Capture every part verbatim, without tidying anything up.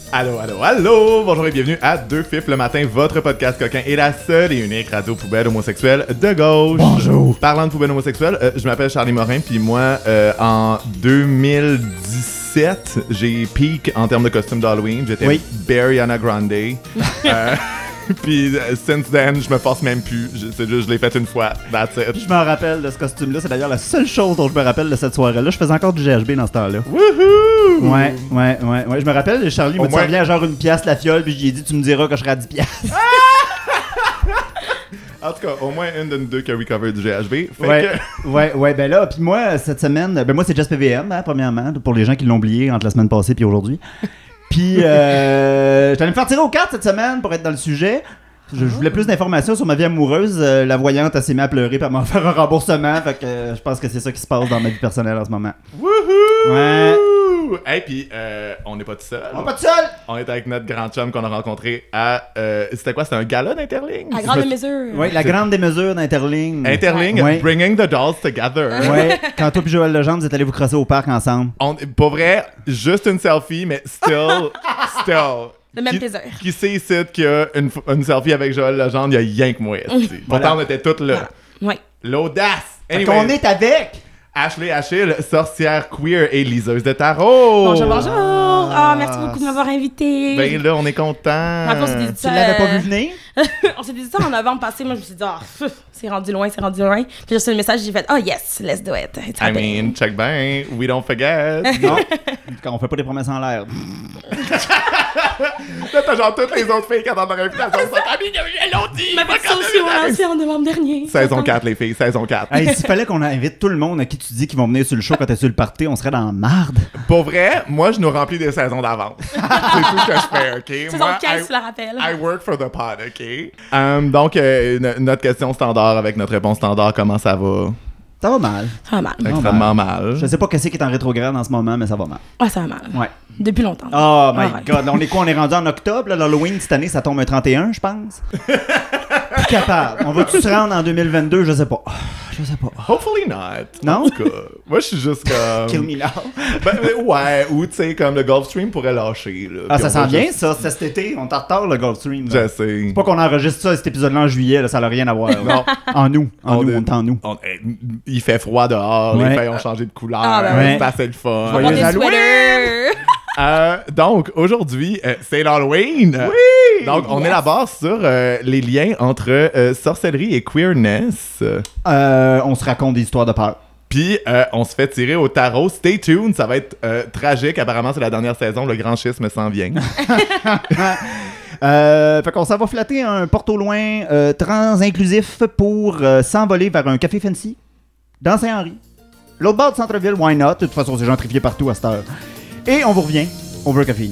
Allô, allô, allô! Bonjour et bienvenue à Deux Fifs le matin, votre podcast coquin et la seule et unique radio poubelle homosexuelle de gauche. Bonjour! Parlant de poubelle homosexuelle, euh, je m'appelle Charlie Morin, puis moi, euh, en deux mille dix-sept, j'ai peak en termes de costume d'Halloween. J'étais oui. Ariana Grande. euh, Puis, uh, since then, je me force même plus. Je, c'est juste, je l'ai fait une fois. That's it. Je me rappelle de ce costume-là. C'est d'ailleurs la seule chose dont je me rappelle de cette soirée-là. Je faisais encore du G H B dans ce temps-là. Wouhou! Ouais, ouais, ouais, ouais. Je me rappelle, Charlie me moins... servait à genre une pièce la fiole, puis j'ai dit, tu me diras que je serai à dix piastres. En tout cas, au moins une de nous deux qui a recover du G H B. Fait ouais, que... ouais, ouais, ben là, puis moi, cette semaine, ben moi, c'est Just P V M, hein, premièrement, pour les gens qui l'ont oublié entre la semaine passée puis aujourd'hui. Puis, euh, j'allais me faire tirer aux cartes cette semaine pour être dans le sujet. Je, je voulais plus d'informations sur ma vie amoureuse. Euh, la voyante, elle s'est mise à pleurer pour m'en faire un remboursement. Fait que euh, je pense que c'est ça qui se passe dans ma vie personnelle en ce moment. Wouhou! Ouais. Hey, puis euh, on n'est pas tout seul. On n'est pas tout seul! On est avec notre grand chum qu'on a rencontré à... Euh, c'était quoi? C'était un gala d'Interling? À grande mesure. Oui, la grande démesure d'Interling. Interling, ouais. Bringing the Dolls Together. Oui, quand toi et Joël Legendre, vous êtes allés vous crosser au parc ensemble. On, pour vrai, juste une selfie, mais still, still... Le même qui, plaisir. Qui sait ici qu'il y a une, une selfie avec Joël Legendre, il y a rien que moi. Mmh. Pourtant, on était toutes là. Voilà. Oui. L'audace! Anyway, on est avec... Ashley Achille, sorcière queer et liseuse de tarot. Bonjour, bonjour. Ah, oh, merci beaucoup de m'avoir invité. Ben là, on est content. On s'est dit tu l'avais pas vu venir? On s'est dit ça en novembre passé. Moi, je me suis dit, oh, c'est rendu loin, c'est rendu loin. Puis j'ai reçu le message, j'ai fait, oh yes, let's do it. It's I mean, check ben, we don't forget. Non, quand on fait pas des promesses en l'air. Là, t'as genre toutes les autres filles qui attendent leur invitation. Elles l'ont dit. Ma fait ça aussi, on l'a lancé en novembre dernier. Saison quatre, les filles, saison quatre. Hey, s'il fallait qu'on invite tout le monde à qui tu dis qu'ils vont venir sur le show quand t'es sur le party, on serait dans la marde. Pour vrai, moi, je nous remplis des saisons d'avance. C'est tout ce que je fais, OK? Saison Moi, quinze, I, tu la rappelles. I work for the pod, OK? Um, donc, euh, n- notre question standard avec notre réponse standard, comment ça va? Ça va mal. Ça va mal. Extrêmement mal. Je sais pas qu'est-ce qui est en rétrograde en ce moment, mais ça va mal. Ah, ça va mal. Ouais. Depuis longtemps. Oh my Ah, ouais. god, on est quoi? On est rendu en octobre, là, l'Halloween cette année, ça tombe un trente et un, je pense. Plus capable. On va-tu se rendre en deux mille vingt-deux? Je sais pas. Je sais pas. Hopefully not. Non? En tout cas, moi, je suis juste comme... Kill me now. Ben, ouais, ou tu sais, comme le Gulfstream pourrait lâcher. Là, Ah, puis ça on sent va bien, juste- ça. C'est cet été. On est en retard, le Gulfstream. Je sais. C'est pas qu'on enregistre ça, cet épisode-là en juillet, là, ça n'a rien à voir. Non. En nous. En On nous, est- on est en nous. On- eh, il fait froid dehors, Ouais. les feuilles ont changé de couleur, Ah, ben ouais. c'est assez le fun. Joyeux On est Halloween! sweater. Euh, donc, aujourd'hui, euh, c'est l'Halloween. Oui! Donc, on Yes. élabore sur euh, les liens entre euh, sorcellerie et queerness. Euh, on se raconte des histoires de peur. Puis, euh, on se fait tirer au tarot. Stay tuned, ça va être euh, tragique. Apparemment, c'est la dernière saison, le grand schisme s'en vient. Euh, fait qu'on s'en va flatter un porte au loin euh, trans-inclusif pour euh, s'envoler vers un café fancy dans Saint-Henri. L'autre bord du centre-ville, why not? De toute façon, c'est gentrifié partout à cette heure. Et on vous revient. On veut un café.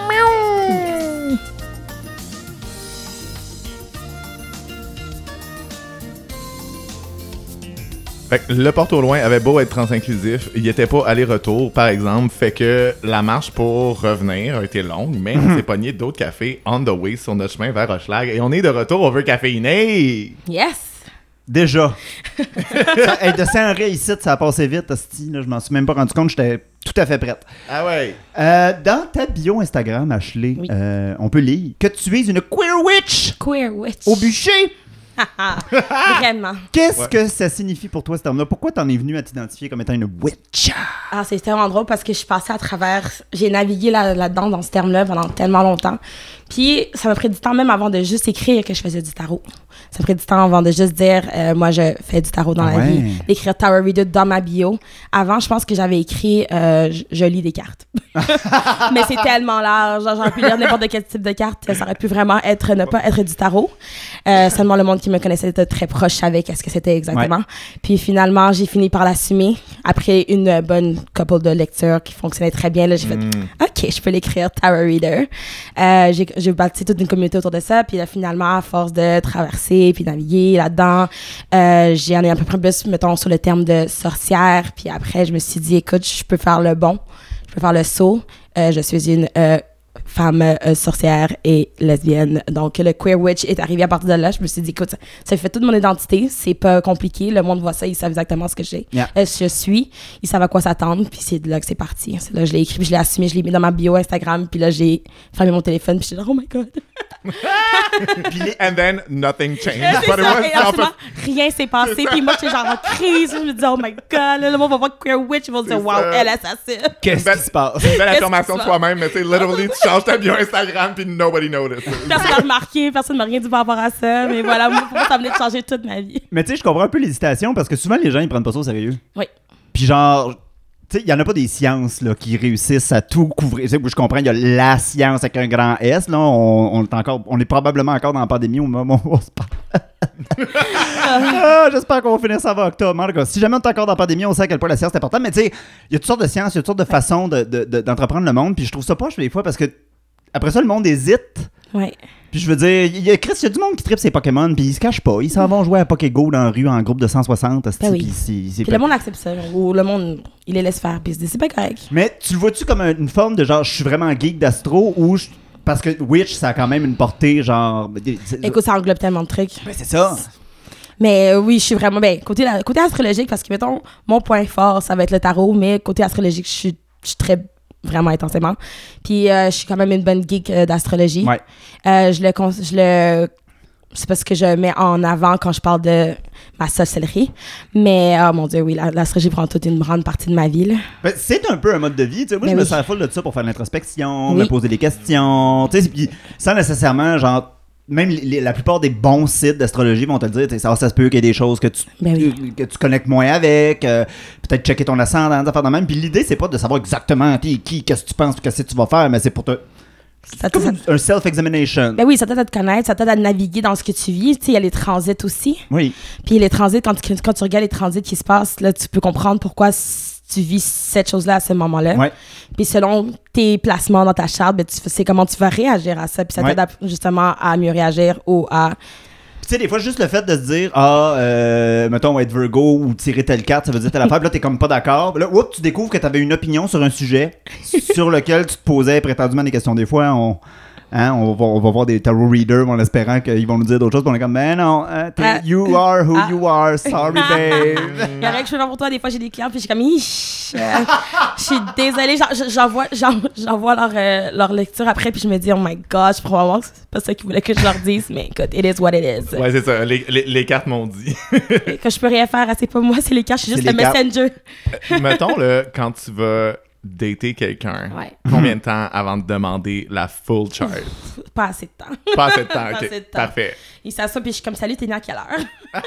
Fait que le porte au loin avait beau être trans-inclusif, il était pas aller-retour, par exemple, fait que la marche pour revenir a été longue, mais on s'est pogné d'autres cafés on the way sur notre chemin vers Hochelag, et on est de retour, on veut caféiner! Yes. Déjà. Ça, hey, de Saint-Henri à ici, ça a passé vite, hostie, là, je m'en suis même pas rendu compte, j'étais tout à fait prête. Ah ouais! Euh, dans ta bio Instagram, Ashley, Oui. euh, on peut lire que tu es une queer witch Queer witch. au bûcher. Vraiment. Qu'est-ce Ouais. que ça signifie pour toi, ce terme-là? Pourquoi t'en es venu à t'identifier comme étant une witch? Ah, c'est tellement drôle parce que je suis passée à travers. J'ai navigué là- là-dedans, dans ce terme-là, pendant tellement longtemps. Puis, ça m'a pris du temps même avant de juste écrire que je faisais du tarot. Ça m'a pris du temps avant de juste dire, euh, moi, je fais du tarot dans Ah la ouais. vie. D'écrire Tarot Reader dans ma bio. Avant, je pense que j'avais écrit, euh, je, je lis des cartes. Mais c'est tellement large. Genre, j'aurais pu lire n'importe quel type de carte. Ça aurait pu vraiment être, ne pas être du tarot. Euh, seulement le monde qui me connaissait était très proche savait qu'est-ce que c'était exactement. Puis finalement, j'ai fini par l'assumer. Après une bonne couple de lectures qui fonctionnait très bien, là, j'ai Mm. fait, OK, je peux l'écrire Tarot Reader. Euh, j'ai, j'ai bâti toute une communauté autour de ça. Puis là, finalement, à force de traverser puis naviguer là-dedans, euh, j'en ai un peu plus, mettons, sur le terme de sorcière. Puis après, je me suis dit, écoute, je peux faire le bon. Je peux faire le saut. Euh, je suis une euh, femme euh, sorcière et lesbienne. Donc, le Queer Witch est arrivé à partir de là. Je me suis dit, écoute, ça, ça fait toute mon identité. C'est pas compliqué. Le monde voit ça. Ils savent exactement ce que j'ai. Yeah. Euh, je suis. Ils savent à quoi s'attendre. Puis c'est de là que c'est parti. C'est là que je l'ai écrit, puis je l'ai assumé. Je l'ai mis dans ma bio Instagram. Puis là, j'ai fermé mon téléphone. Puis j'étais là, oh my God. Puis les- And then, nothing changed. C'est But it ça, was et absolument self- rien s'est passé. Puis moi, j'étais genre en crise. Je me disais, oh my God, là, le monde va voir Queer Witch. Ils vont se dire, C'est wow, ça. elle assassine. Qu'est-ce Ben- qui se passe? Une belle Qu'est-ce affirmation qui de se soi-même, mais tu sais, literally, tu changes ta bio Instagram puis nobody notice. Personne n'a remarqué, personne m'a rien dit par rapport à ça. Mais voilà, moi, pour moi, ça venait de changer toute ma vie. Mais tu sais, je comprends un peu l'hésitation parce que souvent, les gens, ils prennent pas ça au sérieux. Oui. Puis genre, tu sais, il y en a pas des sciences là, qui réussissent à tout couvrir. Tu sais, je comprends, il y a la science avec un grand S. Là, on, on, est encore, on est probablement encore dans la pandémie au moment où on se parle. Ah, j'espère qu'on va finir ça avant octobre. En tout cas, si jamais on est encore dans la pandémie, on sait à quel point la science est importante. Mais tu sais, il y a toutes sortes de sciences, il y a toutes sortes de façons de, de, de, d'entreprendre le monde. Puis je trouve ça poche des fois parce que après ça, le monde hésite. Ouais. Puis je veux dire, il y a Chris, il y a du monde qui tripe ses Pokémon, puis ils se cachent pas. Ils s'en vont jouer à Pokégo dans la rue en groupe de cent soixante. Ben oui. Puis c'est- c'est Puis le monde accepte ça. Ou le monde, il les laisse faire. Puis il se dit, c'est pas correct. Mais tu le vois-tu comme un- une forme de genre, je suis vraiment geek d'astro ou je- parce que Witch, ça a quand même une portée genre. c'est- Écoute, ça englobe tellement de trucs. Ben, c'est ça. Mais euh, oui, je suis vraiment. Ben, côté, la- côté astrologique, parce que, mettons, mon point fort, ça va être le tarot, mais côté astrologique, je suis je suis très. Vraiment intensément. Puis euh, je suis quand même une bonne geek euh, d'astrologie. Ouais. Euh, je le. cons- Je le c'est parce que je mets en avant quand je parle de ma sorcellerie. Mais, oh mon Dieu, oui, la- l'astrologie prend toute une grande partie de ma vie, là. Ben, c'est un peu un mode de vie. Tu sais, moi, Ben je me oui. sers full de ça pour faire de l'introspection, Oui. me poser des questions. Tu sais, puis sans nécessairement, genre. Même les- la plupart des bons sites d'astrologie vont te le dire, tu sais, ça, ça se peut qu'il y ait des choses que tu, Ben oui. que tu connectes moins avec, euh, peut-être checker ton ascendant, des affaires de même. Puis l'idée, c'est pas de savoir exactement t'es qui, qu'est-ce que tu penses, qu'est-ce que tu vas faire, mais c'est pour te. Ça, Comme ça- un self-examination. ben oui, ça t'aide à te connaître, ça t'aide à naviguer dans ce que tu vis. Tu sais, il y a les transits aussi. Oui. Puis les transits, quand tu, quand tu regardes les transits qui se passent, là, tu peux comprendre pourquoi s- tu vis cette chose-là à ce moment-là. Ouais. Puis selon tes placements dans ta charte, ben, tu sais comment tu vas réagir à ça. Puis ça Ouais. t'aide à- justement à mieux réagir ou à... Tu sais, des fois, juste le fait de se dire, ah, euh, mettons, on va être Virgo ou tirer telle carte, ça veut dire telle affaire. Puis là, t'es comme pas d'accord. Là, oups, tu découvres que t'avais une opinion sur un sujet sur lequel tu te posais prétendument des questions. Des fois, on. Hein, on, va, on va voir des tarot readers en espérant qu'ils vont nous dire d'autres choses. Puis on est comme, ben non, hein, t'es- Ah. you are who Ah. you are. Sorry, babe. Il y a rien que je fais pour toi. Des fois, j'ai des clients, puis je suis comme, Ish, euh, je suis désolée. J'en- J'envoie j'en- j'envoie leur, euh, leur lecture après, puis je me dis, oh my God, je probablement que c'est pas ça qu'ils voulaient que je leur dise, mais écoute, it is what it is. Ouais, c'est ça. Les, les, les cartes m'ont dit. Que je peux rien faire, c'est pas moi, c'est les cartes, je suis C'est juste le les cartes. messenger. Mettons, là, quand tu vas dater quelqu'un, Ouais. combien de temps avant de demander la full chart? Pas assez de temps. Pas assez de temps, Pas ok. assez de temps. Parfait. Ils s'assoient, puis je suis comme, salut, t'es né à quelle heure?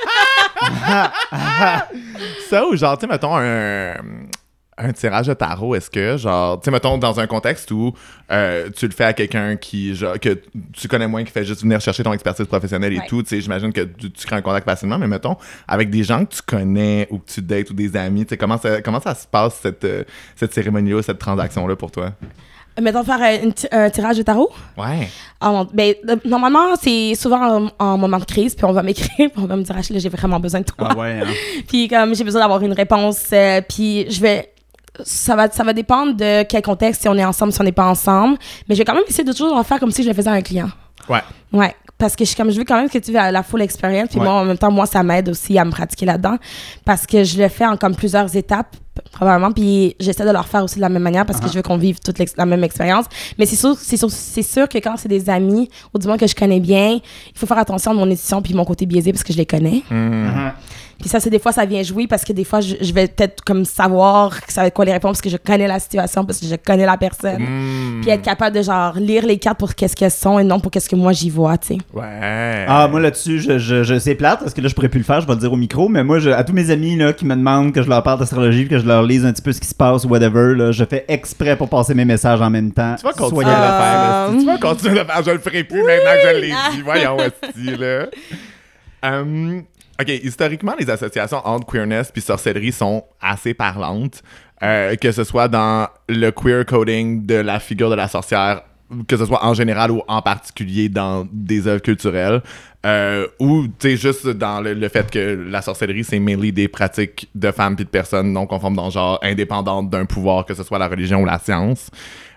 Ça ou genre, tu sais, mettons, un, un tirage de tarot, est-ce que, genre, tu sais, mettons, dans un contexte où euh, tu le fais à quelqu'un qui, genre, que tu connais moins, qui fait juste venir chercher ton expertise professionnelle et Ouais. tout, tu sais, j'imagine que tu, tu crées un contact facilement, mais mettons, avec des gens que tu connais ou que tu dates ou des amis, tu sais, comment ça, comment ça se passe, cette, euh, cette cérémonie-là, cette transaction-là pour toi? Mettons, faire un, une ti- un tirage de tarot? Ouais. Ah, mon- ben, euh, normalement, c'est souvent en, en moment de crise, puis on va m'écrire, puis on va me dire, Ashley, j'ai vraiment besoin de toi. Ah ouais, hein. Puis comme j'ai besoin d'avoir une réponse, euh, puis je vais... Ça va, ça va dépendre de quel contexte, si on est ensemble, si on n'est pas ensemble. Mais je vais quand même essayer de toujours en faire comme si je le faisais à un client. Ouais. Ouais, parce que je, suis comme, je veux quand même que tu aies la full experience. Puis Ouais. moi, en même temps, moi, ça m'aide aussi à me pratiquer là-dedans. Parce que je le fais en comme plusieurs étapes, probablement. Puis j'essaie de le refaire aussi de la même manière parce que je veux qu'on vive toute l'ex- la même expérience. Mais c'est sûr, c'est, sûr, c'est sûr que quand c'est des amis, ou du moins que je connais bien, il faut faire attention à mon édition puis mon côté biaisé parce que je les connais. Mhm. Puis ça, c'est des fois, ça vient jouer parce que des fois, je, je vais peut-être comme savoir que ça va être quoi les réponses parce que je connais la situation, parce que je connais la personne. Mm. Puis être capable de genre lire les cartes pour qu'est-ce qu'elles sont et non pour qu'est-ce que moi j'y vois, tu sais. Ouais. Ah, moi là-dessus, je, je, je c'est plate parce que là, je pourrais plus le faire, je vais le dire au micro, mais moi, je, à tous mes amis là, qui me demandent que je leur parle d'astrologie, que je leur lise un petit peu ce qui se passe ou whatever, là, je fais exprès pour passer mes messages en même temps. Tu vas continuer Soyez de le là. faire, là, Euh, esti. Tu vas continuer de le faire. Je le ferai plus maintenant que je l'ai dit. Voyons, esti, là. Hum, OK, historiquement, les associations entre queerness puis sorcellerie sont assez parlantes. Euh, que ce soit dans le queer coding de la figure de la sorcière, que ce soit en général ou en particulier dans des œuvres culturelles, euh, ou, tu sais, juste dans le, le fait que la sorcellerie, c'est mainly des pratiques de femmes puis de personnes non conformes dans le genre, indépendantes d'un pouvoir, que ce soit la religion ou la science.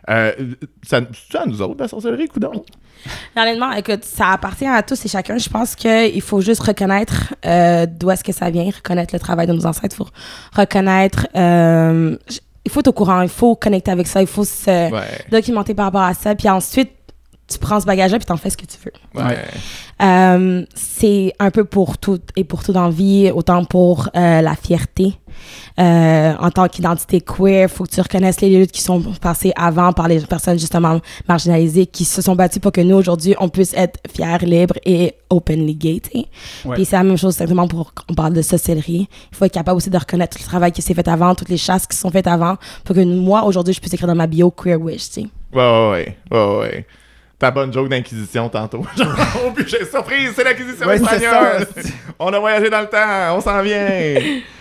Euh, ça, c'est à nous autres, la sorcellerie, coudonc? Honnêtement, écoute, ça appartient à tous et chacun. Je pense qu'il faut juste reconnaître euh, d'où est-ce que ça vient, reconnaître le travail de nos ancêtres, il faut reconnaître... Euh, il faut être au courant, il faut connecter avec ça, il faut se Ouais. documenter par rapport à ça, puis ensuite, tu prends ce bagage-là puis t'en fais ce que tu veux. Ouais. Euh, c'est un peu pour tout et pour tout dans la vie, autant pour euh, la fierté. Euh, en tant qu'identité queer, il faut que tu reconnaisses les luttes qui sont passées avant par les personnes justement marginalisées qui se sont battues pour que nous, aujourd'hui, on puisse être fiers, libres et openly gay. Ouais. Puis c'est la même chose exactement pour on parle de sorcellerie. Il faut être capable aussi de reconnaître le travail qui s'est fait avant, toutes les chasses qui sont faites avant, pour que moi, aujourd'hui, je puisse écrire dans ma bio Queer Wish. T'sais. Ouais, ouais, ouais. ouais, ouais. Ta bonne joke d'inquisition tantôt. Genre, oh, puis j'ai surprise, c'est l'inquisition Ouais, c'est espagnole. ça. On a voyagé dans le temps, on s'en vient.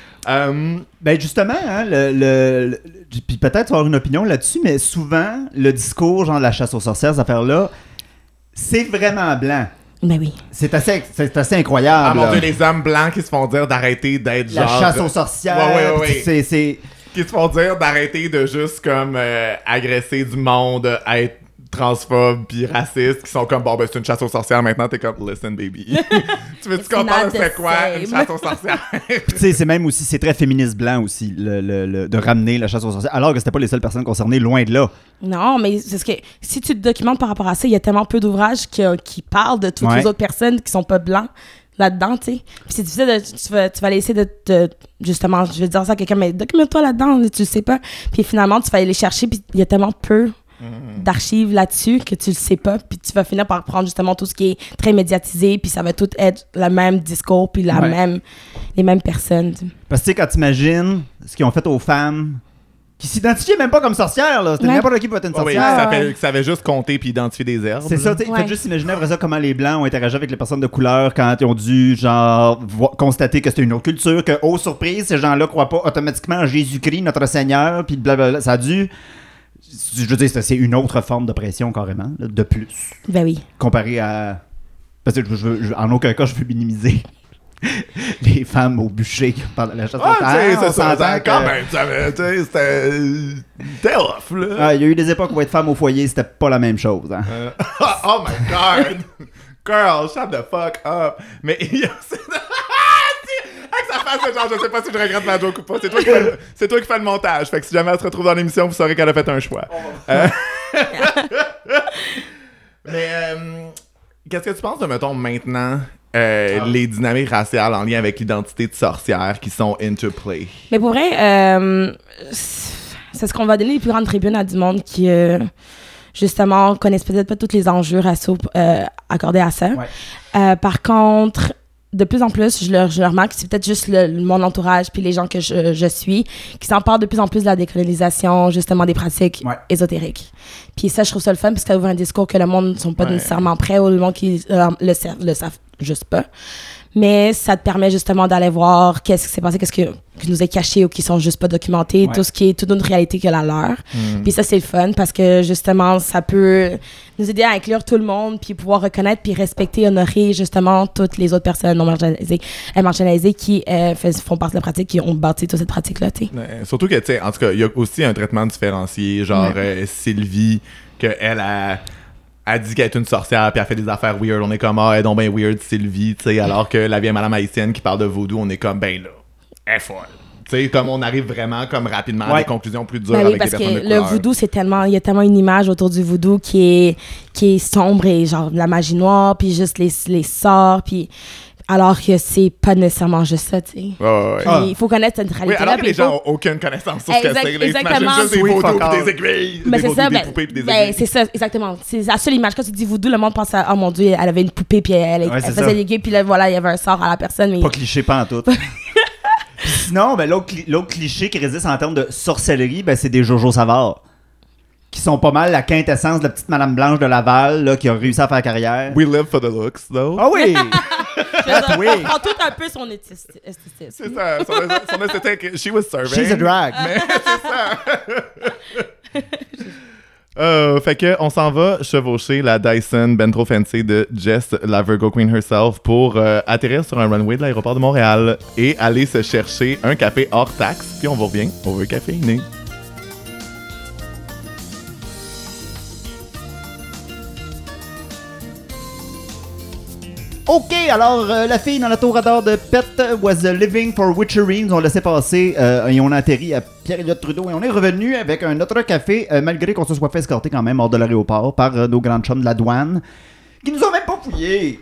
um, Ben justement, hein, le, le, le- puis peut-être tu vas avoir une opinion là-dessus, mais souvent, le discours, genre de la chasse aux sorcières, cette affaire-là, c'est vraiment blanc. Ben oui. C'est assez, c'est assez incroyable. ah mon là. dieu, les hommes blancs qui se font dire d'arrêter d'être La genre... chasse aux sorcières. Ouais, ouais, ouais, puis ouais. C'est, c'est... Qui se font dire d'arrêter de juste comme euh, agresser du monde, être transphobes puis racistes, qui sont comme bon ben c'est une chasse aux sorcières maintenant, t'es comme listen baby. Tu veux-tu It's qu'on parle de not the c'est quoi une same. chasse aux sorcières? Puis tu sais, c'est même aussi, c'est très féministe blanc aussi, le, le- le- de ramener la chasse aux sorcières, alors que c'était pas les seules personnes concernées, loin de là. Non, mais c'est ce que si tu te documentes par rapport à ça, il y a tellement peu d'ouvrages qui, qui parlent de toutes Ouais. les autres personnes qui sont pas blancs là-dedans, tu sais. Puis c'est difficile de tu vas, tu vas aller essayer de te justement, je vais dire ça à quelqu'un, mais documente-toi là-dedans, tu le sais pas. Puis finalement, tu vas aller chercher, puis il y a tellement peu d'archives là-dessus que tu le sais pas, puis tu vas finir par prendre justement tout ce qui est très médiatisé, puis ça va tout être le même discours, puis la Ouais. même les mêmes personnes. Parce que tu sais, quand t'imagines ce qu'ils ont fait aux femmes, qui s'identifiaient même pas comme sorcières, là, c'était Ouais. n'importe qui peut être une Oh, oui, sorcière. ça, ouais. fait, ça avait juste compter puis identifier des herbes. C'est là. ça, tu sais, Ouais. faites juste imaginer après ça comment les Blancs ont interagi avec les personnes de couleur quand ils ont dû, genre, vo- constater que c'était une autre culture, que, oh, surprise, ces gens-là croient pas automatiquement en Jésus-Christ, notre Seigneur, puis blablabla. Ça a dû... Je veux dire, c'est c'est une autre forme d'oppression, carrément, là, de plus, Ben oui. comparé à... Parce que je, veux- je- en aucun cas, je veux minimiser les femmes au bûcher pendant la chasse aux Ah, tu sais, sorcières. c'est On ça, s'entend ça, que- quand même, ça avait- tu sais, c'était... C'était off, là. Ah, il y a eu des époques où être femme au foyer, c'était pas la même chose. Hein. Euh, oh my god! Girl, shut the fuck up! Mais il y a... Avec sa face, c'est genre, je sais pas si je regrette ma joke ou pas. C'est toi, qui fais le... c'est toi qui fais le montage. Fait que si jamais elle se retrouve dans l'émission, vous saurez qu'elle a fait un choix. Euh, Mais euh, qu'est-ce que tu penses de, mettons, maintenant, euh, Ah. les dynamiques raciales en lien avec l'identité de sorcière qui sont into play? Mais pour vrai, euh, c'est ce qu'on va donner les plus grandes tribunes à du monde qui, euh, justement, connaissent peut-être pas tous les enjeux raciaux euh, accordés à ça. Ouais. Euh, par contre, de plus en plus, je le, je le remarque, c'est peut-être juste le, mon entourage puis les gens que je, je suis qui s'emparent de plus en plus de la décolonisation, justement des pratiques Ouais. ésotériques. Puis ça, je trouve ça le fun parce que ça ouvre un discours que le monde ne sont pas Ouais. nécessairement prêts ou le monde qui euh, le, sa- le savent juste pas. Mais ça te permet justement d'aller voir qu'est-ce qui s'est passé, qu'est-ce que, qui nous est caché ou qui sont juste pas documentés, Ouais. tout ce qui est toute une réalité que la leur. Mm. Puis ça, c'est le fun parce que justement, ça peut nous aider à inclure tout le monde puis pouvoir reconnaître puis respecter, honorer justement toutes les autres personnes non marginalisées, euh, marginalisées qui euh, fais- font partie de la pratique, qui ont bâti toute cette pratique-là, tu sais. Ouais, surtout que, tu sais, en tout cas, il y a aussi un traitement différencié, genre euh, Sylvie, qu'elle a, a dit qu'elle est une sorcière, puis elle fait des affaires weird. On est comme, ah, elle est donc ben weird, Sylvie, tu sais, alors que la vieille madame haïtienne qui parle de vaudou, on est comme, ben là, elle est folle. Tu sais, comme on arrive vraiment comme rapidement à Ouais. des conclusions plus dures Ben oui, avec parce des personnes de que le couleur. voodoo, c'est tellement, il y a tellement une image autour du voodoo qui est, qui est sombre et genre de la magie noire, puis juste les, les sorts, puis alors que c'est pas nécessairement juste ça, tu sais. Ouais, ouais, ouais. Puis Ah. il faut connaître cette Oui, réalité-là. alors que puis les il faut- gens ont aucune connaissance sur ce que Exact- c'est. Là, ils exactement. s'imaginent juste des Sweet vaudous fuck pis all. des aiguilles. Mais des c'est vaudous, ça, des ben, poupées pis des ben, aiguilles. c'est ça, exactement. C'est la seule image. Quand tu dis voodoo, le monde pense à, oh mon Dieu, elle avait une poupée, puis elle, elle Ouais, c'est faisait ça. l'aiguille, puis là, voilà, il y avait un sort à la personne. Mais... Pas cliché, pas en tout. Puis sinon, ben, l'autre, cli- l'autre cliché qui résiste en termes de sorcellerie, ben, c'est des Jojo Savard. Qui sont pas mal la quintessence de la petite Madame Blanche de Laval, là, qui a réussi à faire carrière. We live for the looks, though. Ah oui! Je veux dire, oui. on prend tout un peu son éthi- esthétisme. C'est ça, son, son esthétique, she was serving. She's a drag. Mais c'est ça. Euh, fait que on s'en va chevaucher la Dyson Ben Trop Fancy de Jess, la Virgo Queen herself, pour euh, atterrir sur un runway de l'aéroport de Montréal et aller se chercher un café hors taxe. Puis on vous revient, on veut caféiner. OK, alors euh, la fille dans la tour radar de Pet was living for witchery. Ils nous ont laissé passer euh, et on a atterri à Pierre-Éliott Trudeau et on est revenu avec un autre café, euh, malgré qu'on se soit fait escorter quand même hors de l'aéroport par euh, nos grandes chums de la douane qui nous ont même pas fouillés.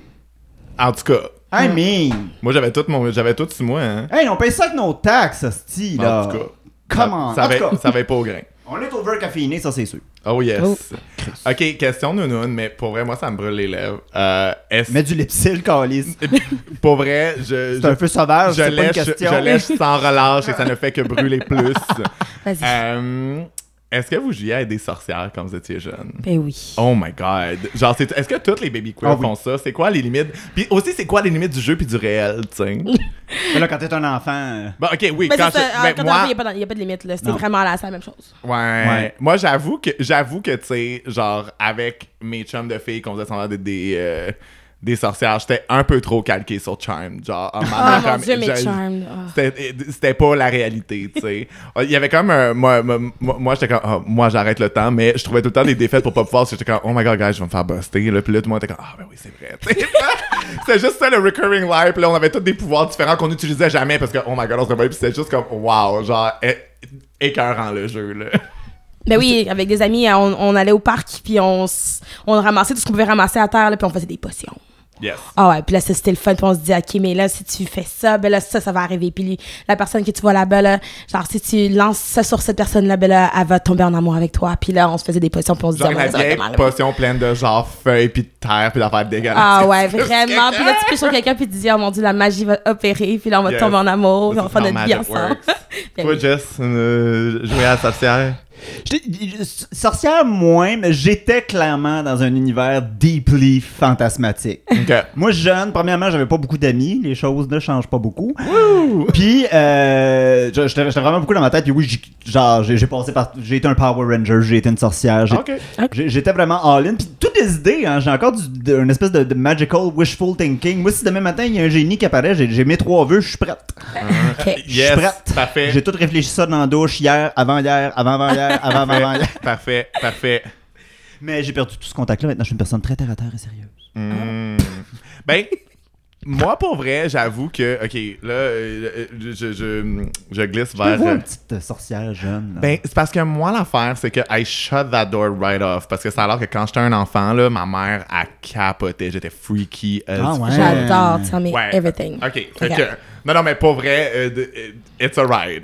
En tout cas. I mean. Moi, j'avais tout, mon, j'avais tout sur moi, hein. Hey, on paye ça avec nos taxes, hostie, là. En tout cas. Comment? Ça, ça, va, ça va être pas au grain. On est over caféiné, ça c'est sûr. Oh yes. Oh. Ok, question nounoun, mais pour vrai, moi, ça me brûle les lèvres. Euh, est-ce... Mets du lipsil, calice. Pour vrai, je... C'est un feu sauvage, je c'est pas une lèche, question. je lèche sans relâche et ça ne fait que brûler plus. Vas-y. Euh, est-ce que vous jouiez à des sorcières quand vous étiez jeune? Ben oui. Oh my god. Genre, c'est, est-ce que toutes les baby queers Oh oui. font ça? C'est quoi les limites? Puis aussi, c'est quoi les limites du jeu puis du réel, tu sais? Mais là, quand t'es un enfant... euh, Bon, ok, oui, Ben, quand c'est ça, je... ben, quand moi... il n'y a, a pas de limite, là. C'était Non. vraiment là, c'est la même chose. Ouais. Ouais. Moi, j'avoue que, j'avoue que, tu sais, genre, avec mes chums de filles qu'on faisait semblant d'être des, euh, des sorcières, j'étais un peu trop calqué sur Charmed. Genre, en Oh moment, mon comme, Dieu, mes je- charms. Oh. C'était, c'était pas la réalité, tu sais. Il y avait comme un... Moi, moi, moi j'étais comme... oh, moi, j'arrête le temps, mais je trouvais tout le temps des défaites pour pas pouvoir, parce que j'étais comme... Oh my God, guys, je vais me faire buster. Là. Puis là, tout le monde était comme... Ah, ben oui, c'est vrai. tu sais. C'était juste ça, le recurring life. Puis là, on avait tous des pouvoirs différents qu'on n'utilisait jamais, parce que... Oh my God, on se réveillait, puis c'était juste comme... Wow, genre... é- écœurant, le jeu, là. Ben oui, avec des amis, on, on allait au parc, puis on, s- on ramassait tout ce qu'on pouvait ramasser à terre, là, puis on faisait des potions. Yes. Ah ouais, puis là, ça, c'était le fun, puis on se dit, OK, mais là, si tu fais ça, ben là, ça, ça va arriver. Puis lui, la personne que tu vois là-bas, là, genre, si tu lances ça sur cette personne-là, ben là, elle va tomber en amour avec toi. Puis là, on se faisait des potions, puis on se Genre, disait, la ouais, ça va vieille comment, là? potion pleine de genre feuilles, puis de terre, puis d'affaires dégueulasses. Ah ouais, vraiment. Puis là, tu piches sur quelqu'un, puis tu dis, oh mon Dieu, la magie va opérer, puis là, on va Yes. tomber en amour, puis on va C'est faire how notre vie magic ensemble. works. Ben Toi, oui. Jess, euh, jouer à la sorcière? J'étais- Sorcière moins, mais j'étais clairement dans un univers deeply fantasmatique. Ok. Moi, jeune, premièrement, j'avais pas beaucoup d'amis. Les choses ne changent pas beaucoup. Puis, euh, je- j'étais j'étais vraiment beaucoup dans ma tête. Puis oui, j'ai- genre, j'ai j'ai passé par... J'ai été un Power Ranger, j'ai été une sorcière. j'ai- Ok. j'ai- J'étais vraiment all-in. Puis toutes les idées, hein, j'ai encore du, de- une espèce de, de magical wishful thinking. Moi, si demain matin, il y a un génie qui apparaît, j'ai j'ai mes trois vœux, je suis prête. OK. Je Yes, suis prête. parfait. J'ai tout réfléchi ça dans la douche hier, avant-hier, avant-avant-hier, avant-avant-hier. Parfait, parfait. Mais j'ai perdu tout ce contact-là. Maintenant, je suis une personne très terre-à-terre et sérieuse. Hmm. Ben, moi, pour vrai, j'avoue que... OK, là, euh, je, je, je, je glisse Je vers... vois euh, une petite euh, sorcière jeune. là. Ben, c'est parce que moi, l'affaire, c'est que I shut that door right off. Parce que ça a l'air que quand j'étais un enfant, là, ma mère, a capoté. J'étais freaky as Ah ouais. J'adore, tell me Ouais. everything. OK. Fait Ok. que, non, non, mais pour vrai, euh, de- euh, it's a ride.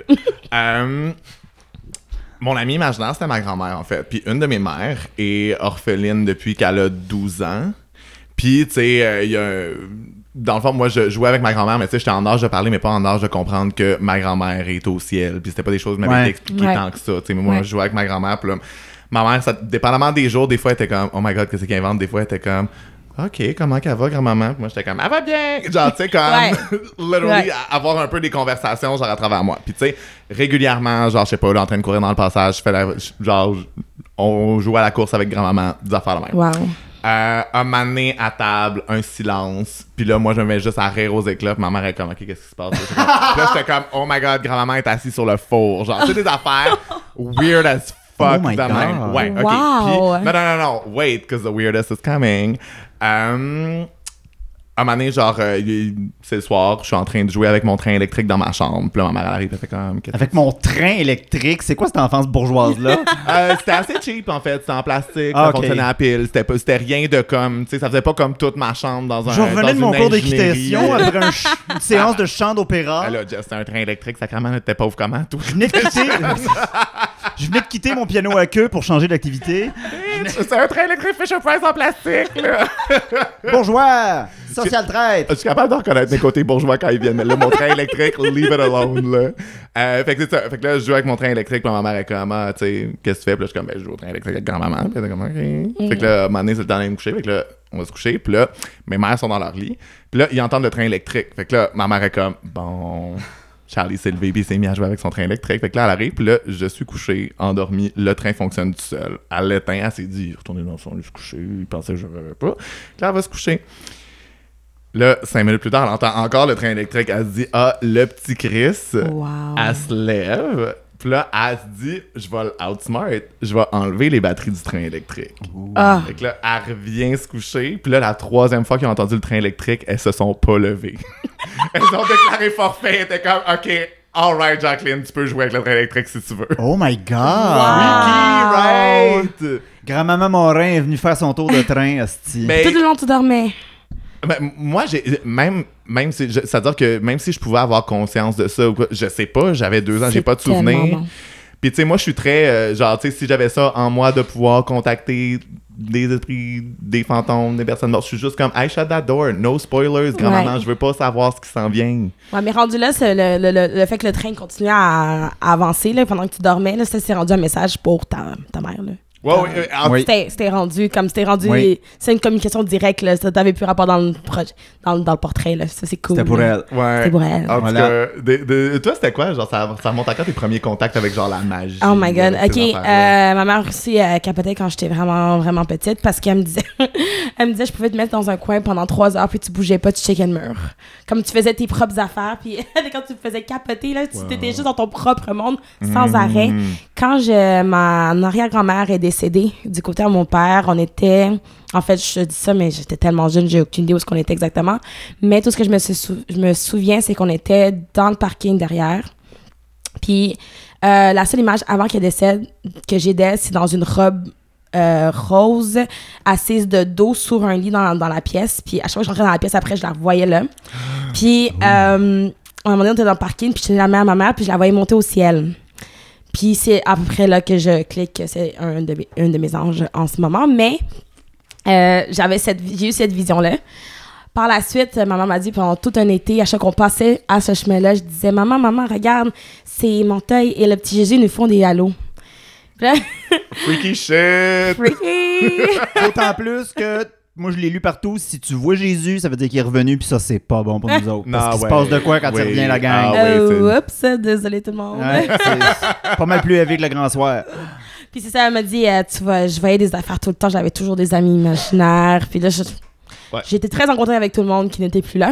Um, mon amie imaginaire, c'était ma grand-mère, en fait. Puis une de mes mères est orpheline depuis qu'elle a douze ans. Puis, tu sais, euh, il y a un... Dans le fond, moi, je jouais avec ma grand-mère, mais tu sais, j'étais en âge de parler, mais pas en âge de comprendre que ma grand-mère est au ciel. Puis c'était pas des choses qui m'avaient Ouais. été expliquées Ouais. tant que ça. Tu sais, mais moi, Ouais. je jouais avec ma grand-mère, puis là, ma mère, ça, dépendamment des jours, des fois, elle était comme, oh my God, qu'est-ce qu'elle invente? Des fois, elle était comme... OK, comment qu'elle va, grand-maman? Puis moi, j'étais comme, elle va bien! Genre, tu sais, comme, Ouais. literally, Ouais. à- avoir un peu des conversations, genre, à travers moi. Puis, tu sais, régulièrement, genre, je sais pas, là, en train de courir dans le passage, je fais la, je- genre, je- on joue à la course avec grand-maman, des affaires de même. Wow. Euh, un moment donné, à table, un silence. Puis là, moi, je me mets juste à rire aux éclats. Puis ma mère est comme, OK, qu'est-ce qui se passe? Puis j'étais comme- puis là, j'étais comme, oh my God, grand-maman est assise sur le four. Genre, tu sais, des affaires weird as fuck Oh my de même. God. Ouais, OK. Wow. Puis, non, non, non, non. Wait, because the weirdest is coming. Um, un moment donné, genre, euh, il- c'est le soir, je suis en train de jouer avec mon train électrique dans ma chambre. Puis là, ma mère elle arrive, elle fait comme... Qu'est-ce Avec mon train électrique, c'est quoi cette enfance bourgeoise-là? Euh, c'était assez cheap en fait, c'était en plastique, Ah, ça ok. fonctionnait à pile, c'était pas- c'était rien de comme, tu sais, ça faisait pas comme toute ma chambre dans un Je revenais dans de mon une cours ingénierie. d'équitation après un ch- une séance de chant d'opéra. Ah là, Jess, c'était un train électrique, sacrément, t'étais pauvre comment, tout. Je venais de quitter... Je venais de quitter mon piano à queue pour changer d'activité. C'est un train électrique Fisher Price en plastique, là. Bourgeois! Social traite! Je suis capable de reconnaître mes côtés bourgeois quand ils viennent, mais là, mon train électrique, leave it alone, là. Euh, fait que c'est ça, fait que là, je joue avec mon train électrique, puis ma mère est comme, ah, tu sais, qu'est-ce que tu fais? Puis là, je suis comme, ben, je joue au train électrique avec grand-maman, puis elle est comme, OK. Fait que là, à un moment donné, c'est le temps d'aller me coucher, fait que là, on va se coucher, puis là, mes mères sont dans leur lit, puis là, ils entendent le train électrique, fait que là, ma mère est comme, bon... Charlie s'est levé, puis il s'est mis à jouer avec son train électrique. Fait que là, elle arrive, puis là, je suis couché, endormi. Le train fonctionne tout seul. Elle l'éteint, elle s'est dit, retournez dans son lit, se coucher. Il pensait que je ne verrais pas. Puis là, elle va se coucher. Là, cinq minutes plus tard, elle entend encore le train électrique. Elle se dit, ah, le petit Chris. Wow. Elle se lève. Puis là, elle se dit, je vais l'outsmart, je vais enlever les batteries du train électrique. Ah. Fait que là, elle revient se coucher. Puis là, la troisième fois qu'ils ont entendu le train électrique, elles se sont pas levées. Elles ont déclaré forfait. Elles étaient comme, OK, alright, Jacqueline, tu peux jouer avec le train électrique si tu veux. Oh my God! Wow. Right! Grand-maman Morin est venue faire son tour de train, hostie. Mais- Tout le long, tu dormais. Ben, moi, j'ai même, même si, je- c'est-à-dire que même si je pouvais avoir conscience de ça, ou quoi, je sais pas, j'avais deux ans, j'ai C'est pas de tellement souvenir. bon. Puis tu sais, moi, je suis très, euh, genre, tu sais, si j'avais ça en moi de pouvoir contacter des esprits, des fantômes, des personnes mortes, je suis juste comme, I shut that door, no spoilers, grand-maman, Ouais. je veux pas savoir ce qui s'en vient. Ouais, mais rendu là, c'est le, le, le, le fait que le train continuait à, à avancer là, pendant que tu dormais, là, ça, c'est rendu un message pour ta, ta mère. Là. Ouais, ouais, euh, en- Oui. C'était, c'était rendu comme c'était rendu. Oui. C'est une communication directe. Là, ça t'avait plus rapport dans le, projet, dans, le- dans le portrait. Là. Ça, c'est cool. C'était pour là. elle. ouais. C'était pour elle. En tout Voilà. cas, de- de- toi, c'était quoi? Genre, ça, ça remonte à quand tes premiers contacts avec genre la magie? Oh my god. là, ces Ok. affaires-là? Euh, ma mère aussi euh, capotait quand j'étais vraiment, vraiment petite parce qu'elle me disait, elle me disait, je pouvais te mettre dans un coin pendant trois heures puis tu bougeais pas, tu checkais le mur. Comme tu faisais tes propres affaires puis quand tu te faisais capoter, là, tu Wow. étais juste dans ton propre monde sans Mm. arrêt. Quand je, ma arrière-grand-mère est décédée, du côté de mon père, on était... En fait, je dis ça, mais j'étais tellement jeune, j'ai aucune idée où est-ce qu'on était exactement. Mais tout ce que je me, sou- je me souviens, c'est qu'on était dans le parking derrière. Puis euh, la seule image avant qu'elle décède que j'ai d'elle, c'est dans une robe euh, rose, assise de dos sur un lit dans, dans la pièce. Puis à chaque fois que je rentrais dans la pièce, après, je la revoyais là. Puis euh, à un moment donné, on était dans le parking, puis je la mets à ma mère, puis je la voyais monter au ciel. Puis c'est à peu près là que je clique que c'est un de mes, un de mes anges en ce moment. Mais euh, j'avais cette, j'ai eu cette vision-là. Par la suite, ma maman m'a dit pendant tout un été, à chaque fois qu'on passait à ce chemin-là, je disais « Maman, maman, regarde, c'est Monteil et le petit Jésus nous font des halos. » Puis là, Freaky shit! freaky! D'autant plus que moi, je l'ai lu partout. Si tu vois Jésus, ça veut dire qu'il est revenu, puis ça, c'est pas bon pour nous autres. Parce Non, qu'il ouais. se passe de quoi quand Oui. il revient, la gang? Ah, ouais, Oh, c'est- oups, désolé tout le monde. Ouais, c'est pas mal plus élevé que le grand soir. Puis c'est ça, elle m'a dit, euh, tu vois, je voyais des affaires tout le temps, j'avais toujours des amis imaginaires. Puis là, je- Ouais. j'étais très en contact avec tout le monde qui n'était plus là.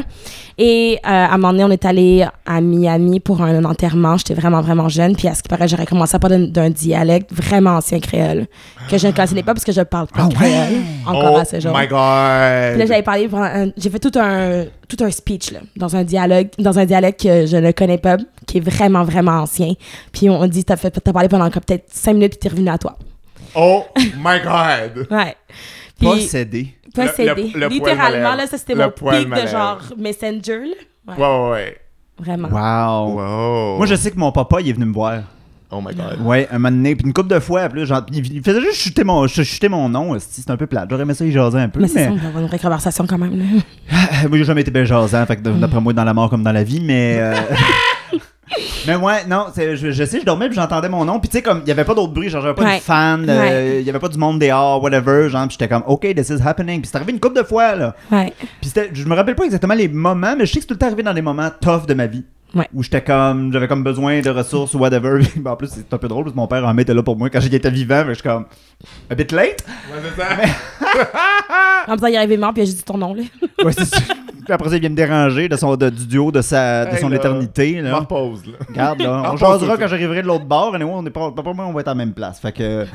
Et euh, à un moment donné, on est allé à Miami pour un, enterrement. J'étais vraiment, vraiment jeune. Puis à ce qui paraît, j'aurais commencé à parler d'un, d'un dialecte vraiment ancien créole, que je ne connaissais pas parce que je parle pas Ah ouais? créole encore Oh à ce jour. my Puis là, god! j'avais parlé pendant un- j'ai fait tout un tout un speech là, dans un dialogue dans un dialecte que je ne connais pas, qui est vraiment vraiment ancien. Puis on dit t'as fait t'as parlé pendant comme peut-être cinq minutes puis t'es revenu à toi. Oh my god! Ouais. Puis Possédé. possédé. Le- le- le poil Littéralement me là, ça c'était Le mon poil pic me de lève. genre Messenger là. Ouais, Ouais, ouais, ouais. vraiment. Wow. Wow. Moi, je sais que mon papa, il est venu me voir. Oh my god. Ouais, un moment donné, puis une couple de fois, puis là, genre, il il faisait juste chuter mon, ch- chuter mon nom, esti, c'est un peu plate. J'aurais aimé ça, il jasait un peu, Mais mais... c'est ça, on va avoir une vraie conversation quand même là. Moi, j'ai jamais été bien jasant, fait que d'après moi, dans la mort comme dans la vie, mais... euh, mais ouais, non, c'est- je, je sais, je dormais puis j'entendais mon nom, puis tu sais, comme, il y avait pas d'autre bruit, genre, j'avais pas Ouais. de fan, euh, il y avait pas du monde dehors, whatever, genre, puis j'étais comme, OK, this is happening, puis c'est arrivé une couple de fois, là. Ouais. Puis c'était- je me rappelle pas exactement les moments, mais je sais que c'est tout le temps arrivé dans des moments tough de ma vie. Ouais. Où j'étais comme, j'avais comme besoin de ressources ou whatever. Puis, ben, en plus, c'est un peu drôle parce que mon père en était là pour moi quand j'étais vivant, mais je suis comme, a bit late. Ouais, c'est ça. En même temps, il est arrivé mort puis il a juste dit ton nom là. Ouais, c'est ça. Puis après ça, il vient me déranger de son, de- du duo de, sa, de Hey, son là. éternité. Je Là. m'en repose, là. Regarde, là. On Repose jasera tout quand ça. j'arriverai de l'autre bord. Et on est pas, pas, pas, on va être à la même place. Fait que.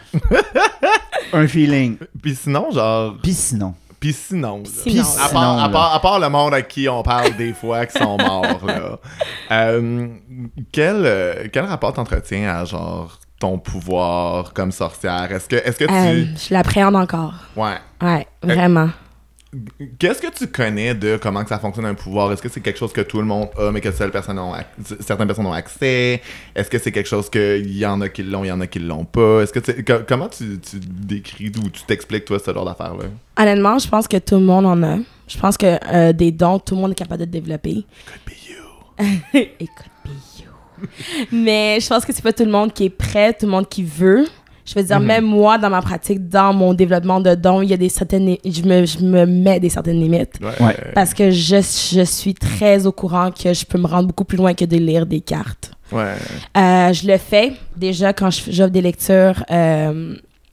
un feeling. Puis sinon, genre... Puis sinon. Puis sinon, là. Sinon, Puis là. À part, sinon, à, là. part, à part le monde à qui on parle des fois qui sont morts, là. Euh, quel, euh, quel rapport t'entretiens à, genre, ton pouvoir comme sorcière? Est-ce que, est-ce que tu... Euh, je l'appréhende encore. Ouais. Ouais, vraiment. Qu'est-ce que tu connais de comment que ça fonctionne un pouvoir? Est-ce que c'est quelque chose que tout le monde a, mais que seule personne ont ac- certaines personnes ont accès? Est-ce que c'est quelque chose qu'il y en a qui l'ont, il y en a qui l'ont pas? Est-ce que tu- co- comment tu, tu décris ou tu t'expliques, toi, ce genre d'affaires-là? Honnêtement, je pense que tout le monde en a. Je pense que euh, des dons, tout le monde est capable de développer. Could be you. Écoute, bio. Mais je pense que c'est pas tout le monde qui est prêt, tout le monde qui veut. Je veux dire, Mhm. même moi, dans ma pratique, dans mon développement de dons, il y a des certaines... Je me, je me mets des certaines limites. Ouais. Ouais. Parce que je, je suis très au courant que je peux me rendre beaucoup plus loin que de lire des cartes. Ouais. Euh, je le fais déjà quand je- j'offre des lectures euh,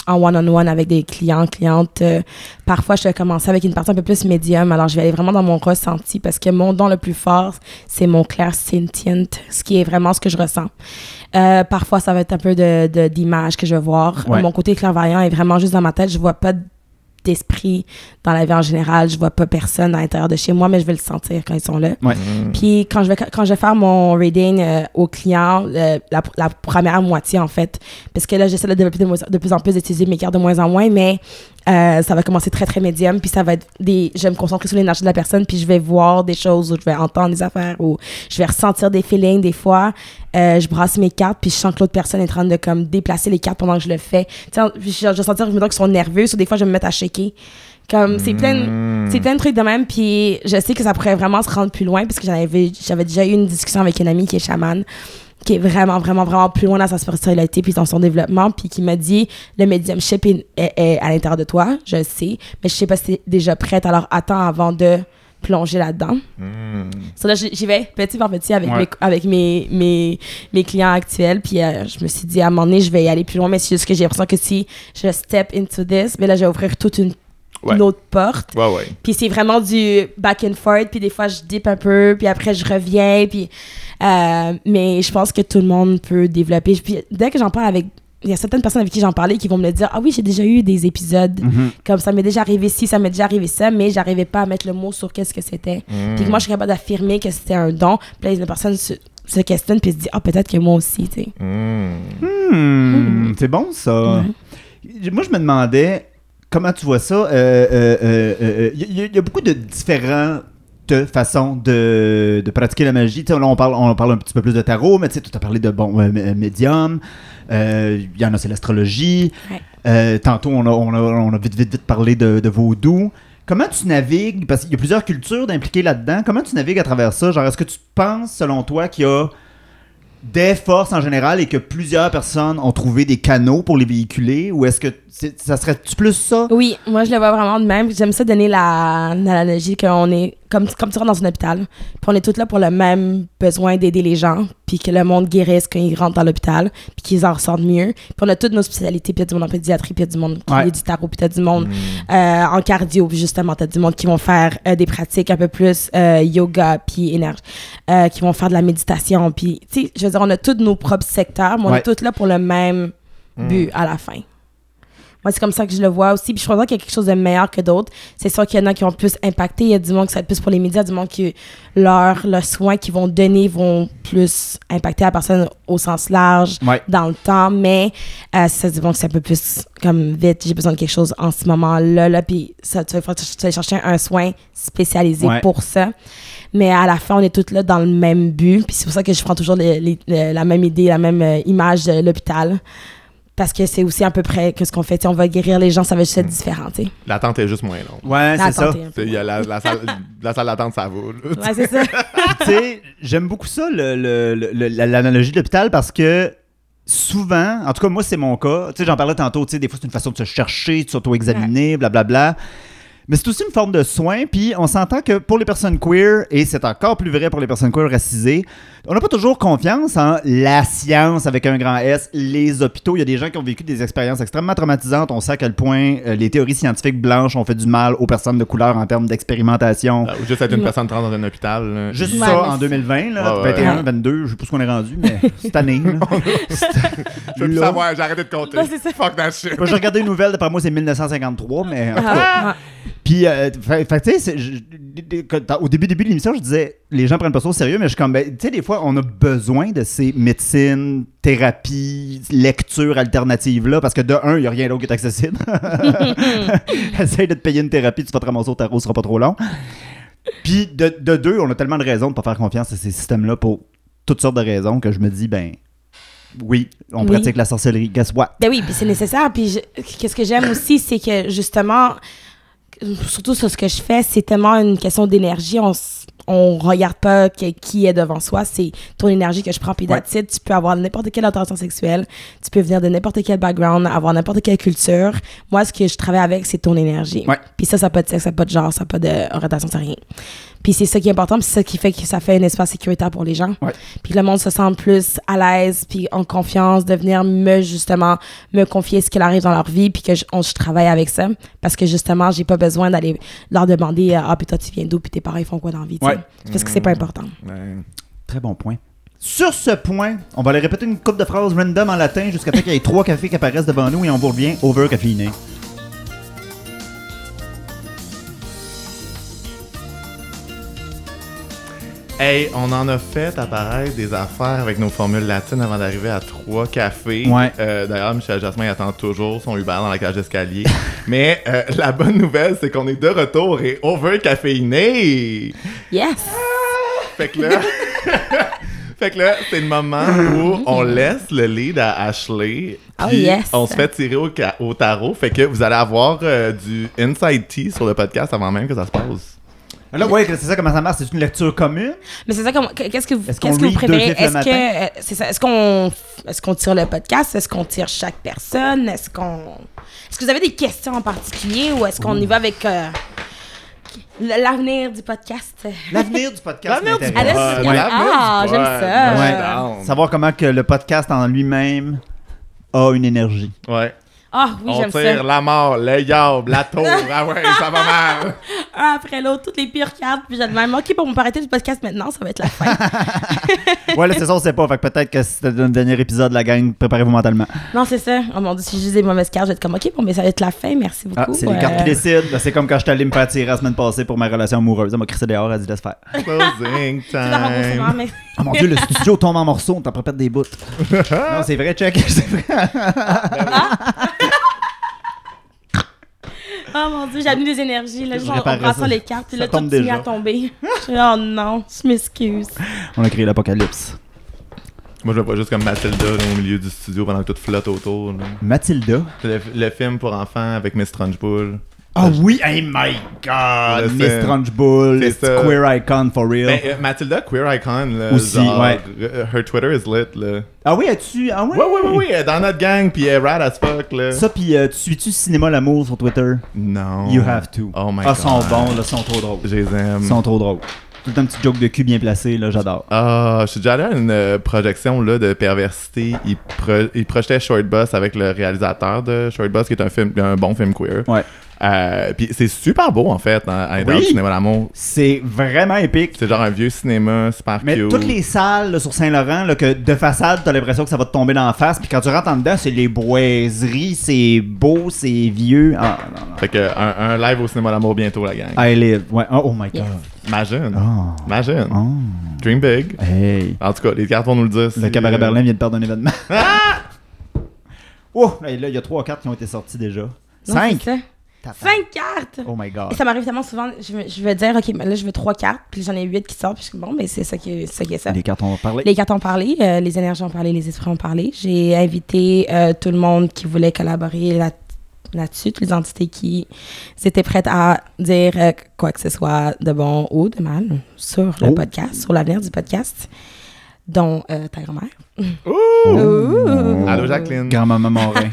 en one-on-one avec des clients, clientes. Euh, parfois, je vais commencer avec une partie un peu plus médium. Alors, je vais aller vraiment dans mon ressenti parce que mon don le plus fort, c'est mon clairsentient, ce qui est vraiment ce que je ressens. Euh, parfois, ça va être un peu de, de, d'image que je vais voir. Ouais. Mon côté clairvoyant est vraiment juste dans ma tête. Je vois pas d'esprit dans la vie en général. Je vois pas personne à l'intérieur de chez moi, mais je vais le sentir quand ils sont là. Ouais. Mm. Puis quand je vais quand je vais faire mon reading euh, aux clients, euh, la, la première moitié en fait, parce que là j'essaie de développer de, mo- de plus en plus d'utiliser mes cartes de moins en moins, mais euh, ça va commencer très très médium, puis ça va être des, je vais me concentrer sur l'énergie de la personne, puis je vais voir des choses ou je vais entendre des affaires ou je vais ressentir des feelings des fois. Euh, je brasse mes cartes, puis je sens que l'autre personne est en train de comme déplacer les cartes pendant que je le fais. Tu sais, je, je vais sentir qu'ils sont nerveux, ou des fois je vais me mettre à shaker. Comme, c'est plein, Mm. c'est plein de trucs de même, puis je sais que ça pourrait vraiment se rendre plus loin, parce que j'avais, j'avais déjà eu une discussion avec une amie qui est chamane, qui est vraiment, vraiment, vraiment plus loin dans sa spiritualité puis dans son développement, puis qui m'a dit, le mediumship est, est, est à l'intérieur de toi, je le sais, mais je sais pas si t'es déjà prête, alors attends avant de plonger là-dedans. Mm. So là, j'y j'y vais petit par petit avec, Ouais. mes, avec mes, mes, mes clients actuels. Puis euh, je me suis dit, à un moment donné, je vais y aller plus loin. Mais c'est juste que j'ai l'impression que si je step into this, mais là, je vais ouvrir toute une, Ouais. une autre porte. Ouais, ouais. Puis c'est vraiment du back and forth. Puis des fois, je dip un peu. Puis après, je reviens. Puis, euh, mais je pense que tout le monde peut développer. Puis dès que j'en parle avec... Il y a certaines personnes avec qui j'en parlais qui vont me le dire. Ah oui, j'ai déjà eu des épisodes Mhm. comme ça m'est déjà arrivé ci, ça m'est déjà arrivé ça, mais j'arrivais pas à mettre le mot sur qu'est-ce que c'était. Mm. Puis que moi, je suis capable d'affirmer que c'était un don. Puis là, la personne se, se questionne puis se dit, ah, peut-être que moi aussi, tu sais. Mm. Hmm, c'est bon ça. Moi, je me demandais comment tu vois ça. Il euh, euh, euh, euh, y, y- y a beaucoup de différentes façons de, de pratiquer la magie. Tu sais, là, on parle, on parle un petit peu plus de tarot, mais tu sais, tu as parlé de bon, euh, mé- médium. Il y en a, c'est l'astrologie. Ouais. Euh, tantôt, on a, on, a, on a vite, vite, vite parlé de, de vaudou. Comment tu navigues, parce qu'il y a plusieurs cultures d'impliquer là-dedans, comment tu navigues à travers ça? Genre, est-ce que tu penses, selon toi, qu'il y a des forces en général et que plusieurs personnes ont trouvé des canaux pour les véhiculer? Ou est-ce que c'est- ça serait-tu plus ça? Oui, moi, je le vois vraiment de même. J'aime ça donner la- l'analogie qu'on est, comme, comme tu rentres dans un hôpital, puis on est tous là pour le même besoin d'aider les gens, puis que le monde guérisse quand ils rentrent dans l'hôpital, puis qu'ils en ressortent mieux. Puis on a toutes nos spécialités, puis il y a du monde en pédiatrie, puis il y a du monde qui Ouais. est du tarot, puis t'as du monde Mm. euh, en cardio, puis justement, t'as du monde qui vont faire euh, des pratiques un peu plus euh, yoga, puis énergie, euh, qui vont faire de la méditation, puis, tu sais, je veux dire, on a tous nos propres secteurs, mais on Ouais. est tous là pour le même but à la fin. Moi, c'est comme ça que je le vois aussi. Puis je pense qu'il y a quelque chose de meilleur que d'autres. C'est sûr qu'il y en a qui vont plus impacter. Il y a du monde qui ça va être plus pour les médias, du monde qui, leurs leurs soins qu'ils vont donner vont plus impacter la personne au sens large, Ouais. dans le temps. Mais euh, ça, du monde que c'est un peu plus comme vite, j'ai besoin de quelque chose en ce moment-là. Là, puis ça, tu vas, tu vas aller chercher un soin spécialisé Ouais. pour ça. Mais à la fin, on est tous là dans le même but. Puis c'est pour ça que je prends toujours les- les- les- la même idée, la même euh, image de l'hôpital. Parce que c'est aussi à peu près que ce qu'on fait. T'sais, on va guérir les gens, ça va juste être différent. T'sais. L'attente est juste moins longue. Ouais, c'est ça. Attends, t'es un peu- Il y a la, la salle, la salle d'attente, ça vaut. là. Ouais, c'est ça. Tu sais, j'aime beaucoup ça, le- le- le- la- l'analogie de l'hôpital, parce que souvent, en tout cas, moi, c'est mon cas. Tu sais, j'en parlais tantôt, tu sais, des fois, c'est une façon de se chercher, de s'auto-examiner, blablabla. Mais c'est aussi une forme de soin, puis on s'entend que pour les personnes queer, et c'est encore plus vrai pour les personnes queer racisées, on n'a pas toujours confiance en la science avec un grand S, les hôpitaux. Il y a des gens qui ont vécu des expériences extrêmement traumatisantes. On sait à quel point euh, les théories scientifiques blanches ont fait du mal aux personnes de couleur en termes d'expérimentation. Ah, ou juste être une Ouais. personne trans dans un hôpital. là. Juste Ouais, ça mais en c'est- deux mille vingt, là, Ouais, ouais, vingt et un, ouais. vingt-deux, je sais pas ce qu'on est rendu, mais cette année. là. Je veux plus Là. savoir, j'ai arrêté de compter. Ouais, c'est ça. Fuck that shit. Moi, j'ai regardé une nouvelle, d'après moi, c'est mille neuf cent cinquante-trois, mais en tout cas. Ah, Puis, euh, fait, fait, tu sais, c'est- je- quand- au début, début de l'émission, je disais, les gens prennent pas ça au sérieux, mais je suis comme, ben, tu sais, des fois, on a besoin de ces médecines, thérapies, lectures alternatives-là, parce que de un, il n'y a rien d'autre qui est accessible. Essaye de te payer une thérapie, tu vas te ramasser au tarot, ce sera pas trop long. Puis, de, de deux, on a tellement de raisons de pas faire confiance à ces systèmes-là pour toutes sortes de raisons que je me dis, ben, oui, on Oui. pratique la sorcellerie. Guess what? Ben oui, puis c'est nécessaire. Puis je- qu'est-ce que j'aime aussi, c'est que justement, surtout sur ce que je fais, c'est tellement une question d'énergie. On s- on regarde pas que- qui est devant soi, c'est ton énergie que je prends, puis that's it. Tu peux avoir n'importe quelle orientation sexuelle, tu peux venir de n'importe quel background, avoir n'importe quelle culture. Moi, ce que je travaille avec, c'est ton énergie. Ouais. Puis ça, ça n'a pas de sexe, ça n'a pas de genre, ça n'a pas d'orientation, ça n'a rien. Puis c'est ça qui est important, puis c'est ça qui fait que ça fait un espace sécuritaire pour les gens. Ouais. Puis que le monde se sent plus à l'aise, puis en confiance de venir me, justement, me confier ce qui leur arrive dans leur vie, puis que je, on, je travaille avec ça. Parce que, justement, j'ai pas besoin d'aller leur demander « Ah, puis toi, tu viens d'où? Puis tes parents, ils font quoi dans la vie? » Ouais. Parce que c'est pas important. Ouais. Très bon point. Sur ce point, on va aller répéter une couple de phrases random en latin jusqu'à ce qu'il y ait trois cafés qui apparaissent devant nous et on vous revient over caféiné. Hey, on en a fait apparaître des affaires avec nos formules latines avant d'arriver à trois cafés. Ouais. Euh, D'ailleurs, Michel Jasmin attend toujours son Uber dans la cage d'escalier. Mais euh, la bonne nouvelle, c'est qu'on est de retour et over caféiné. Yes! Fait que là, fait que là, c'est le moment où on laisse le lead à Ashley. Oh, puis yes. on se fait tirer au, ca- au tarot. Fait que vous allez avoir euh, du inside tea sur le podcast avant même que ça se passe. Là, ouais, c'est ça, comment ça marche? C'est une lecture commune? Mais c'est ça, comme- qu'est-ce que vous, Est-ce qu'on qu'est-ce que vous read deux préférez? fifs le Est-ce matin? que, euh, c'est ça, est-ce qu'on, est-ce qu'on tire le podcast? Est-ce qu'on tire chaque personne? Est-ce qu'on, est-ce que vous avez des questions en particulier ou est-ce qu'on y va avec euh, l'avenir du podcast? L'avenir du podcast L'avenir du m'intéresse. Ah, là, Ouais, c'est- l'avenir ah, du j'aime pod. ça. Moi, je suis Ouais. down. Savoir comment que le podcast en lui-même a une énergie. Ouais. Ah oui, On j'aime tire ça. la mort, le yab, la tour. Ah ouais, ça va mal. Un après l'autre, toutes les pires cartes. Puis j'ai de même, OK, bon, on peut arrêter le podcast maintenant, ça va être la fin. Ouais, là, c'est ça, on sait pas. Fait que peut-être que c'était le dernier épisode, la gang, préparez-vous mentalement. Non, c'est ça. Oh mon Dieu, si je dis des mauvaises cartes, je vais être comme, OK, bon, mais ça va être la fin, merci beaucoup. Ah, c'est les cartes qui Euh, décident. Ben, c'est comme quand je suis allé me faire tirer la semaine passée pour ma relation amoureuse. Elle m'a crissé dehors, elle a dit laisse faire. Closing c'est le remboursement, time. mais... Oh mon dieu, le studio tombe en morceaux, on t'en prépare des bouts. Non, c'est vrai, check. C'est vrai. Oh mon Dieu, j'ai amené des énergies. Là, Je genre, on réparerais prend ça. sur les cartes, puis Ça là, tout tombe finit déjà. à tomber. Je suis là, oh non, je m'excuse. On a créé l'apocalypse. Moi, je me vois juste comme Mathilda là, au milieu du studio pendant que tout flotte autour. là. Mathilda. C'est Le, le film pour enfants avec Miss Trunchbull. Ah oui, hey my god! Le Miss film. Trunchbull, C'est c'est ça. queer icon for real. Ben, euh, Mathilda, queer icon, là. Aussi, genre, ouais. euh, Her Twitter is lit, là. Ah oui, as-tu. Ah oui? Ouais, ouais, ouais, ouais, elle est dans notre gang, pis elle est rad as fuck, là. Ça, pis euh, tu suis-tu Cinéma L'amour sur Twitter? Non. You have to. Oh my ah, god. sont bons, là, sont trop drôles. Je les aime. Ils sont trop drôles. Tout un petit joke de cul bien placé, là, j'adore. Ah, je suis déjà allé à une euh, projection là, de perversité. Il, pro- il projetait Short Bus avec le réalisateur de Short Bus, qui est un film, un bon film queer. Ouais. Euh, Puis c'est super beau en fait, hein, à être dans Oui. le cinéma d'amour. C'est vraiment épique. C'est genre un vieux cinéma super Mais cute. toutes les salles là, sur Saint-Laurent, là, que de façade, t'as l'impression que ça va te tomber dans la face. Puis quand tu rentres en dedans, c'est les boiseries, c'est beau, c'est vieux. Ah, non, non. Fait que un, un live au cinéma d'amour bientôt, la gang. I live. Ouais. Oh, oh my god. Yes. Imagine. Oh. Imagine. Oh. Dream big. Hey. En tout cas, les cartes vont nous le dire. Le si, Cabaret euh, Berlin vient de perdre un événement. Oh, là, là, il y a trois cartes qui ont été sorties déjà. Non, Cinq. c'est ça. Tata. Cinq cartes! Oh my god. Et ça m'arrive tellement souvent, je, veux- je veux dire, OK, ben là, je veux trois cartes, puis j'en ai huit qui sortent, puis je suis bon, mais c'est ça qui, c'est ça qui est ça. Les cartes ont parlé. Les cartes ont parlé, euh, les énergies ont parlé, les esprits ont parlé. J'ai invité euh, tout le monde qui voulait collaborer là- là-dessus, toutes les entités qui étaient prêtes à dire euh, quoi que ce soit de bon ou de mal sur le Oh. podcast, sur l'avenir du podcast, dont euh, ta grand-mère. Ouh! Ouh. Allô, Jacqueline. Grand-maman Morin.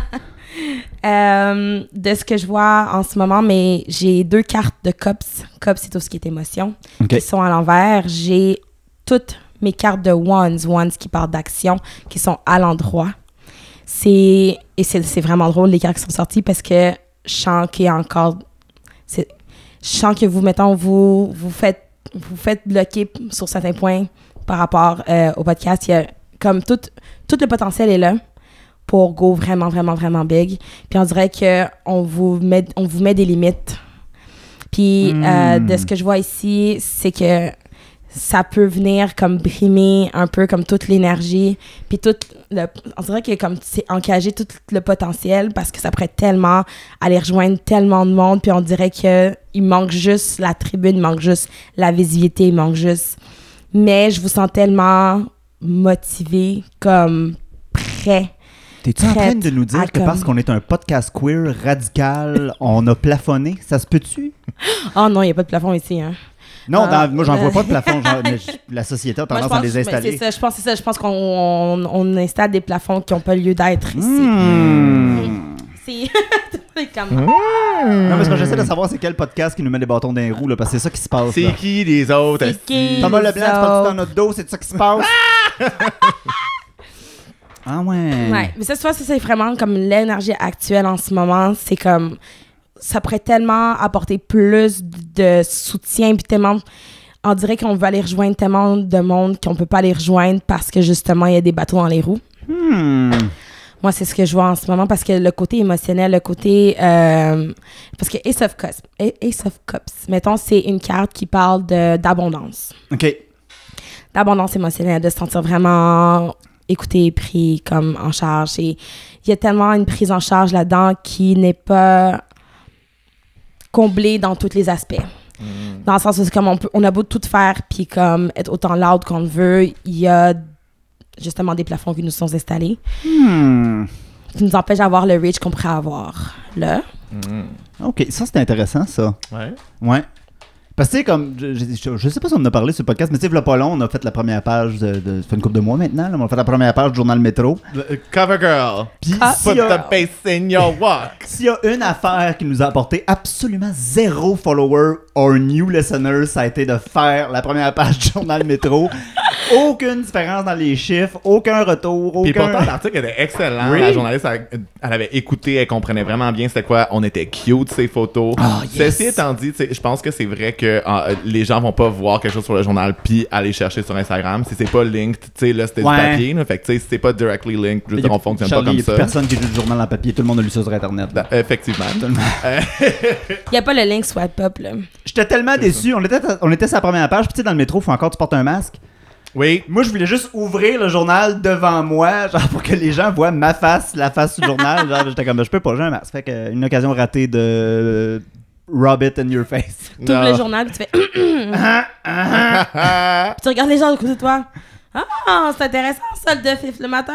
Euh, de ce que je vois en ce moment, mais j'ai deux cartes de COPS. COPS, c'est tout ce qui est émotion, OK. qui sont à l'envers. J'ai toutes mes cartes de Wands, Wands qui parlent d'action, qui sont à l'endroit. C'est, et c'est, c'est vraiment drôle, les cartes qui sont sorties, parce que je sens qu'il y a encore... C'est, je sens que vous, mettons, vous, vous faites, vous faites bloquer sur certains points par rapport euh, au podcast. Il y a comme tout, tout le potentiel est là pour go vraiment, vraiment, vraiment big. Puis on dirait qu'on vous met, on vous met des limites. Puis Mm. euh, de ce que je vois ici, c'est que ça peut venir comme brimer un peu comme toute l'énergie. Puis tout le, on dirait que comme c'est encagé tout le potentiel parce que ça pourrait tellement aller rejoindre tellement de monde. Puis on dirait qu'il manque juste la tribune, il manque juste la visibilité, il manque juste... Mais je vous sens tellement motivé, comme prêt. T'es-tu en train Prête de nous dire à que parce comme- qu'on est un podcast queer radical, on a plafonné? Ça se peut-tu? Oh non, il n'y a pas de plafond ici, hein. Non, Ah, dans, moi, j'en euh, vois pas de plafond. Genre, mais je- la société a Moi, je tendance à pense- les mais installer. C'est ça, je pense que c'est ça. Je pense qu'on on, on installe des plafonds qui n'ont pas lieu d'être ici. Hmm. C'est c'est comme... Non, mais parce que j'essaie de savoir c'est quel podcast qui nous met des bâtons dans les roues, là, parce que c'est ça qui se passe. C'est là. qui les autres? C'est esti? qui? Thomas Leblanc, c'est pas autres. tout dans notre dos, c'est ça qui se passe? Ah ouais. Ouais, mais ça, tu vois, ça, c'est vraiment comme l'énergie actuelle en ce moment. C'est comme... Ça pourrait tellement apporter plus de soutien, puis tellement... On dirait qu'on veut aller rejoindre tellement de monde qu'on peut pas aller rejoindre parce que, justement, il y a des bateaux dans les roues. Hmm. Moi, c'est ce que je vois en ce moment parce que le côté émotionnel, le côté... euh, parce que Ace of Cups, Ace of Cups, mettons, c'est une carte qui parle de, d'abondance. OK. D'abondance émotionnelle, de se sentir vraiment écouté, pris comme en charge. Et il y a tellement une prise en charge là-dedans qui n'est pas comblée dans tous les aspects. Mm. Dans le sens où c'est comme on, peut, on a beau tout faire puis comme être autant loud qu'on le veut, il y a justement des plafonds qui nous sont installés Hmm. qui nous empêchent d'avoir le reach qu'on pourrait avoir là. Mm. OK, ça, c'est intéressant, ça. Ouais. Ouais. Parce que, tu sais, comme, je, je, je sais pas si on en a parlé sur le podcast, mais tu sais, v'là pas long, on a fait la première page, de, de, ça fait une couple de mois maintenant, là, on a fait la première page du journal Métro. The- Cover girl. Puis, Ah, s'il Put y, a- the bass in your walk. s'il y a une affaire qui nous a apporté absolument zéro follower or new listeners, ça a été de faire la première page du journal Métro. Aucune différence dans les chiffres, aucun retour, Puis aucun... pourtant, l'article était excellent. Oui. La journaliste, elle, elle avait écouté, elle comprenait vraiment bien c'était quoi. On était cute, ces photos. Oh, yes. Ceci étant dit, tu sais, je pense que c'est vrai que euh, les gens vont pas voir quelque chose sur le journal puis aller chercher sur Instagram. Si c'est pas linked, tu sais, là, c'était Ouais. du papier. Là, fait que, tu sais, si c'est pas directly linked, je veux dire, on fonctionne Charlie, pas y comme a plus ça. personne qui lit le journal en papier, tout le monde a lu ça sur Internet. là. Ben, effectivement. Euh, Il n'y a pas le link swipe up là. J'étais tellement déçu. On était, on était sur la première page, puis tu sais, dans le métro, faut encore que tu portes un masque. oui. Moi, je voulais juste ouvrir le journal devant moi, genre pour que les gens voient ma face, la face du journal. Genre, j'étais comme, je peux pas, j'ai un masque. Fait que, euh, une occasion ratée de rub it in your face. Tu ouvres Non. le journal et tu fais... Puis tu regardes les gens de côté de toi. Ah, c'est intéressant ça le deux fifth le matin.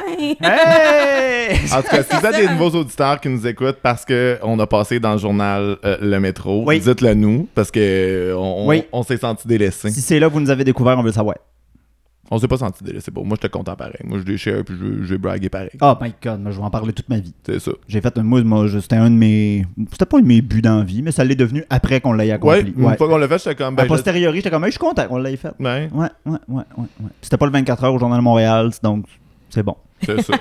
Hey! En tout cas, si vous avez des nouveaux auditeurs qui nous écoutent parce qu'on a passé dans le journal euh, Le Métro, Oui. dites-le nous parce que euh, on, Oui. on s'est senti délaissés. Si c'est là que vous nous avez découvert, on veut le savoir. On s'est pas senti délaissés. Bon, moi, j'étais content pareil. Moi, je déchire puis je- j'ai bragué pareil. Oh my god, moi, je vais en parler toute ma vie. C'est ça. J'ai fait un. Moi, moi, je- c'était un de mes. C'était pas un de mes buts dans la vie, mais ça l'est devenu après qu'on l'ait Ouais, accompli. une fois qu'on l'a fait, j'étais comme. A Ben, posteriori, j'étais comme, hey, je suis content qu'on l'ait fait. je- ouais, Ouais, ouais, ouais, ouais, ouais. C'était pas le vingt-quatre heures au Journal de Montréal, donc c'est bon. c'est ça.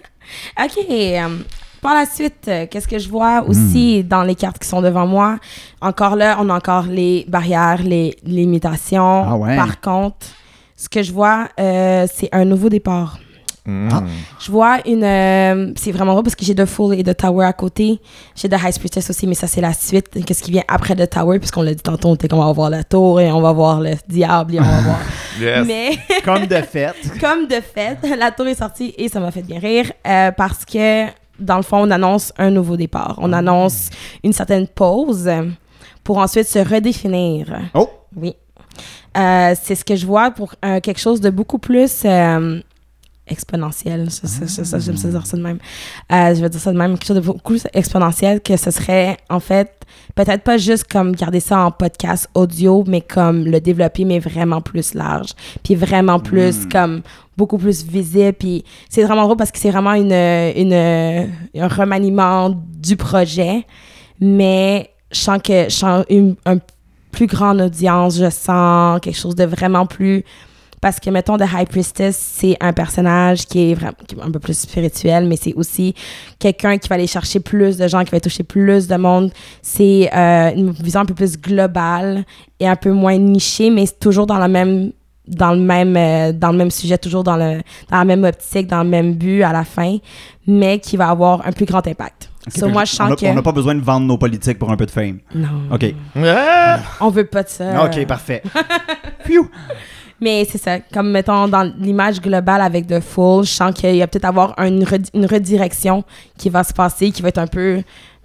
OK. euh, par la suite, euh, qu'est-ce que je vois aussi dans les cartes qui sont devant moi? Encore là, on a encore les barrières, les limitations. Ah ouais. Par contre, ce que je vois, euh, c'est un nouveau départ. Mm. Ah. Je vois une... euh, c'est vraiment drôle parce que j'ai The Fool et The Tower à côté. J'ai The High Priestess aussi, mais ça, c'est la suite. Qu'est-ce qui vient après The Tower? Puisqu'on l'a dit tantôt, on était comme on va voir la tour et on va voir le diable et on va voir... Yes. Mais... Comme de fait. Comme de fait, la tour est sortie et ça m'a fait bien rire euh, parce que, dans le fond, on annonce un nouveau départ. On annonce une certaine pause pour ensuite se redéfinir. Oh! Oui. Euh, c'est ce que je vois pour euh, quelque chose de beaucoup plus euh, exponentiel. Ça, ça, ça, ça, j'aime ça dire ça de même. Euh, je vais dire ça de même. Quelque chose de beaucoup plus exponentiel que ce serait, en fait, peut-être pas juste comme garder ça en podcast audio, mais comme le développer, mais vraiment plus large. Puis vraiment plus, Mm. comme, beaucoup plus visible. Puis c'est vraiment drôle parce que c'est vraiment une, une, un remaniement du projet. Mais je sens que je sens une, un plus grande audience, je sens quelque chose de vraiment plus... Parce que, mettons, The High Priestess, c'est un personnage qui est vraiment qui est un peu plus spirituel, mais c'est aussi quelqu'un qui va aller chercher plus de gens, qui va toucher plus de monde. C'est euh, une vision un peu plus globale et un peu moins nichée, mais c'est toujours dans la même... dans le même euh, dans le même sujet, toujours dans le dans la même optique, dans le même but à la fin, mais qui va avoir un plus grand impact. Okay, So, moi, je on sens a- que... On n'a pas besoin de vendre nos politiques pour un peu de fame. Non. OK. Ah! On veut pas de ça. OK, parfait. Phew. Mais c'est ça. Comme, mettons, dans l'image globale avec The Fool, je sens qu'il y a peut-être avoir une, redi- une redirection qui va se passer, qui va être un peu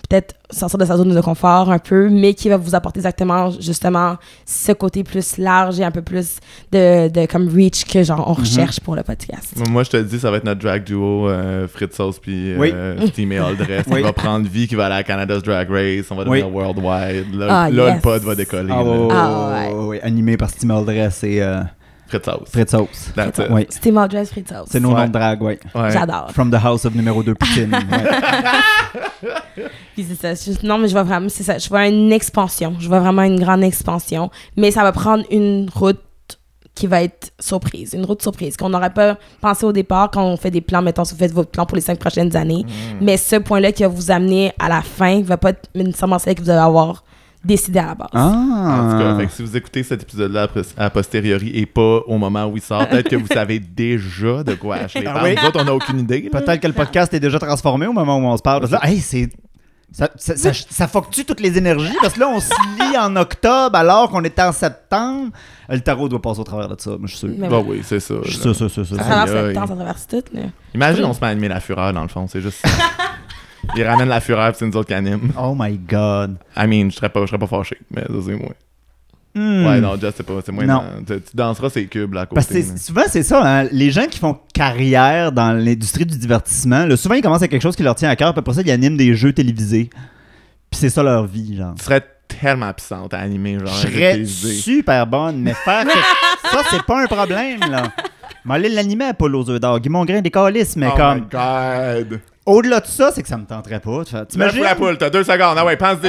peut-être sortir de sa zone de confort un peu, mais qui va vous apporter exactement, justement, ce côté plus large et un peu plus de, de comme reach que genre on recherche mm-hmm. pour le podcast. Moi, je te dis, ça va être notre drag duo, euh, Fritz Sauce puis oui. euh, Steamy Aldress. oui. Il va prendre vie, qui va aller à Canada's Drag Race, on va devenir oui. worldwide. Là, ah, là yes. le pod va décoller. Ah, oh, ah ouais. oh, oui. Animé par Steamy Aldress et... Euh... Fritz Sauce. Fritz Sauce. That's it. Oui. Steamy Aldress, Fritz Sauce. C'est nos ouais. noms de drag, oui. Ouais. J'adore. From the house of numéro deux Poutine. ouais. Puis c'est ça. Je, non, mais je vois vraiment, c'est ça. Je vois une expansion. Je vois vraiment une grande expansion. Mais ça va prendre une route qui va être surprise. Une route surprise qu'on n'aurait pas pensé au départ quand on fait des plans. Mettons, si vous faites votre plan pour les cinq prochaines années. Mm. Mais ce point-là qui va vous amener à la fin ne va pas être nécessairement celle que vous allez avoir décidé à la base. Ah. En tout cas, fait que si vous écoutez cet épisode-là a posteriori et pas au moment où il sort, peut-être que vous savez déjà de quoi Ashley parle. Oui. Nous autres, on n'a aucune idée. Là. Peut-être que le podcast est déjà transformé au moment où on se parle. Parce que là, hey, c'est... Ça, ça, ça, ça fuck-tu toutes les énergies? Parce que là, on se lit en octobre alors qu'on était en septembre. Le tarot doit passer au travers de ça, moi, je suis sûr. Mais bah oui, c'est ça. Je suis sûr, sûr, sûr, sûr. Ça traverse le temps, ça traverse tout. Là. Imagine, on se met à animer la fureur, dans le fond. C'est juste ça. Ils ramènent la fureur, puis c'est nous autres qui animent. Oh my God. I mean, je serais pas, je serais pas fâché, mais ça, c'est moi. Mm. Ouais, non, Just, c'est pas, c'est moi. Non. Tu, tu danseras ces cubes, là, à côté. Parce que souvent, c'est ça, hein, les gens qui font carrière dans l'industrie du divertissement, là, souvent, ils commencent avec quelque chose qui leur tient à cœur, puis après ça, ils animent des jeux télévisés. Puis c'est ça leur vie, genre. Tu serais tellement puissante à animer, genre. Je serais super bonne, mais faire que... ça, c'est pas un problème, là. Mais aller l'animer à Paul aux œufs d'or, Guy Mongrain des calices, mais oh comme... my God! Au-delà de ça, c'est que ça me tenterait pas. T'imagines? La poule, t'as deux secondes. Ah ouais, pense-y.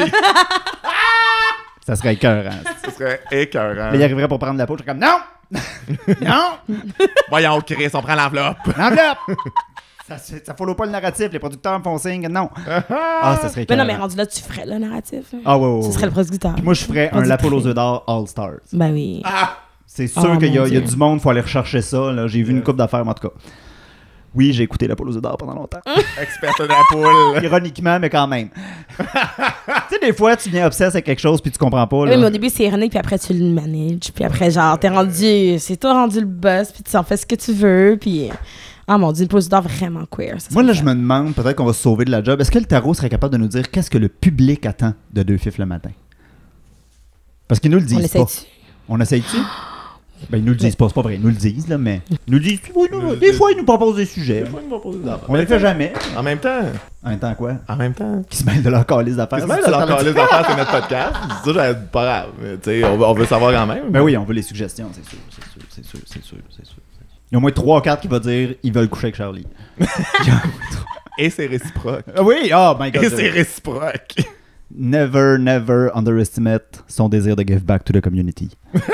Ça serait écœurant. Ça serait écœurant. Mais il arriverait pour prendre la poule, je serais comme non! Non! Voyons, Chris, on prend l'enveloppe. L'enveloppe! Ça, ça follow pas le narratif, les producteurs me font signe, non. Ah, ça serait écœurant. Mais non, mais rendu là, tu ferais le narratif. Là. Ah ouais, ouais, ouais. Ce serait le producteur. Moi, je ferais un La poule aux œufs d'or All Stars. Ben oui. Ah! C'est sûr oh, qu'il y a, y a du monde, il faut aller rechercher ça. Là. J'ai vu une couple d'affaires, mais en tout cas. Oui, j'ai écouté La poule aux œufs d'or pendant longtemps. Experte de la poule. Ironiquement, mais quand même. Tu sais, des fois, tu viens obsesse avec quelque chose puis tu comprends pas. Là. Oui, mais au début, c'est ironique, puis après, tu le manages. Puis après, genre, t'es rendu... C'est toi rendu le boss, puis tu en fais ce que tu veux, puis... Ah mon Dieu, une pause d'or vraiment queer. Moi, là, je me demande, peut-être qu'on va se sauver de la job. Est-ce que le tarot serait capable de nous dire qu'est-ce que le public attend de Deux Fifs le matin? Parce qu'ils nous le disent On pas. essaie-tu? On essaye-tu? Ben, ils nous le disent pas, c'est pas vrai. Ils nous le disent, là, mais... Ils nous le disent, oui, nous, des fois, ils nous proposent des sujets. Des fois, ils nous proposent des affaires. On les fait jamais. En même temps. En même temps, quoi? En même temps. Qui se mêlent de leur calice d'affaires. Qui se mêlent de leur calice d'affaires, c'est notre podcast. Ça, j'allais pas grave. Tu sais, on, on veut savoir quand même. Ben oui, on veut les suggestions, c'est sûr, c'est sûr, c'est sûr, c'est sûr, c'est sûr. Il y a au moins trois ou quatre qui vont dire ils veulent coucher avec Charlie. Et c'est réciproque. Oui, oh my God. Et c'est réciproque. Never, never underestimate son désir de give back to the community.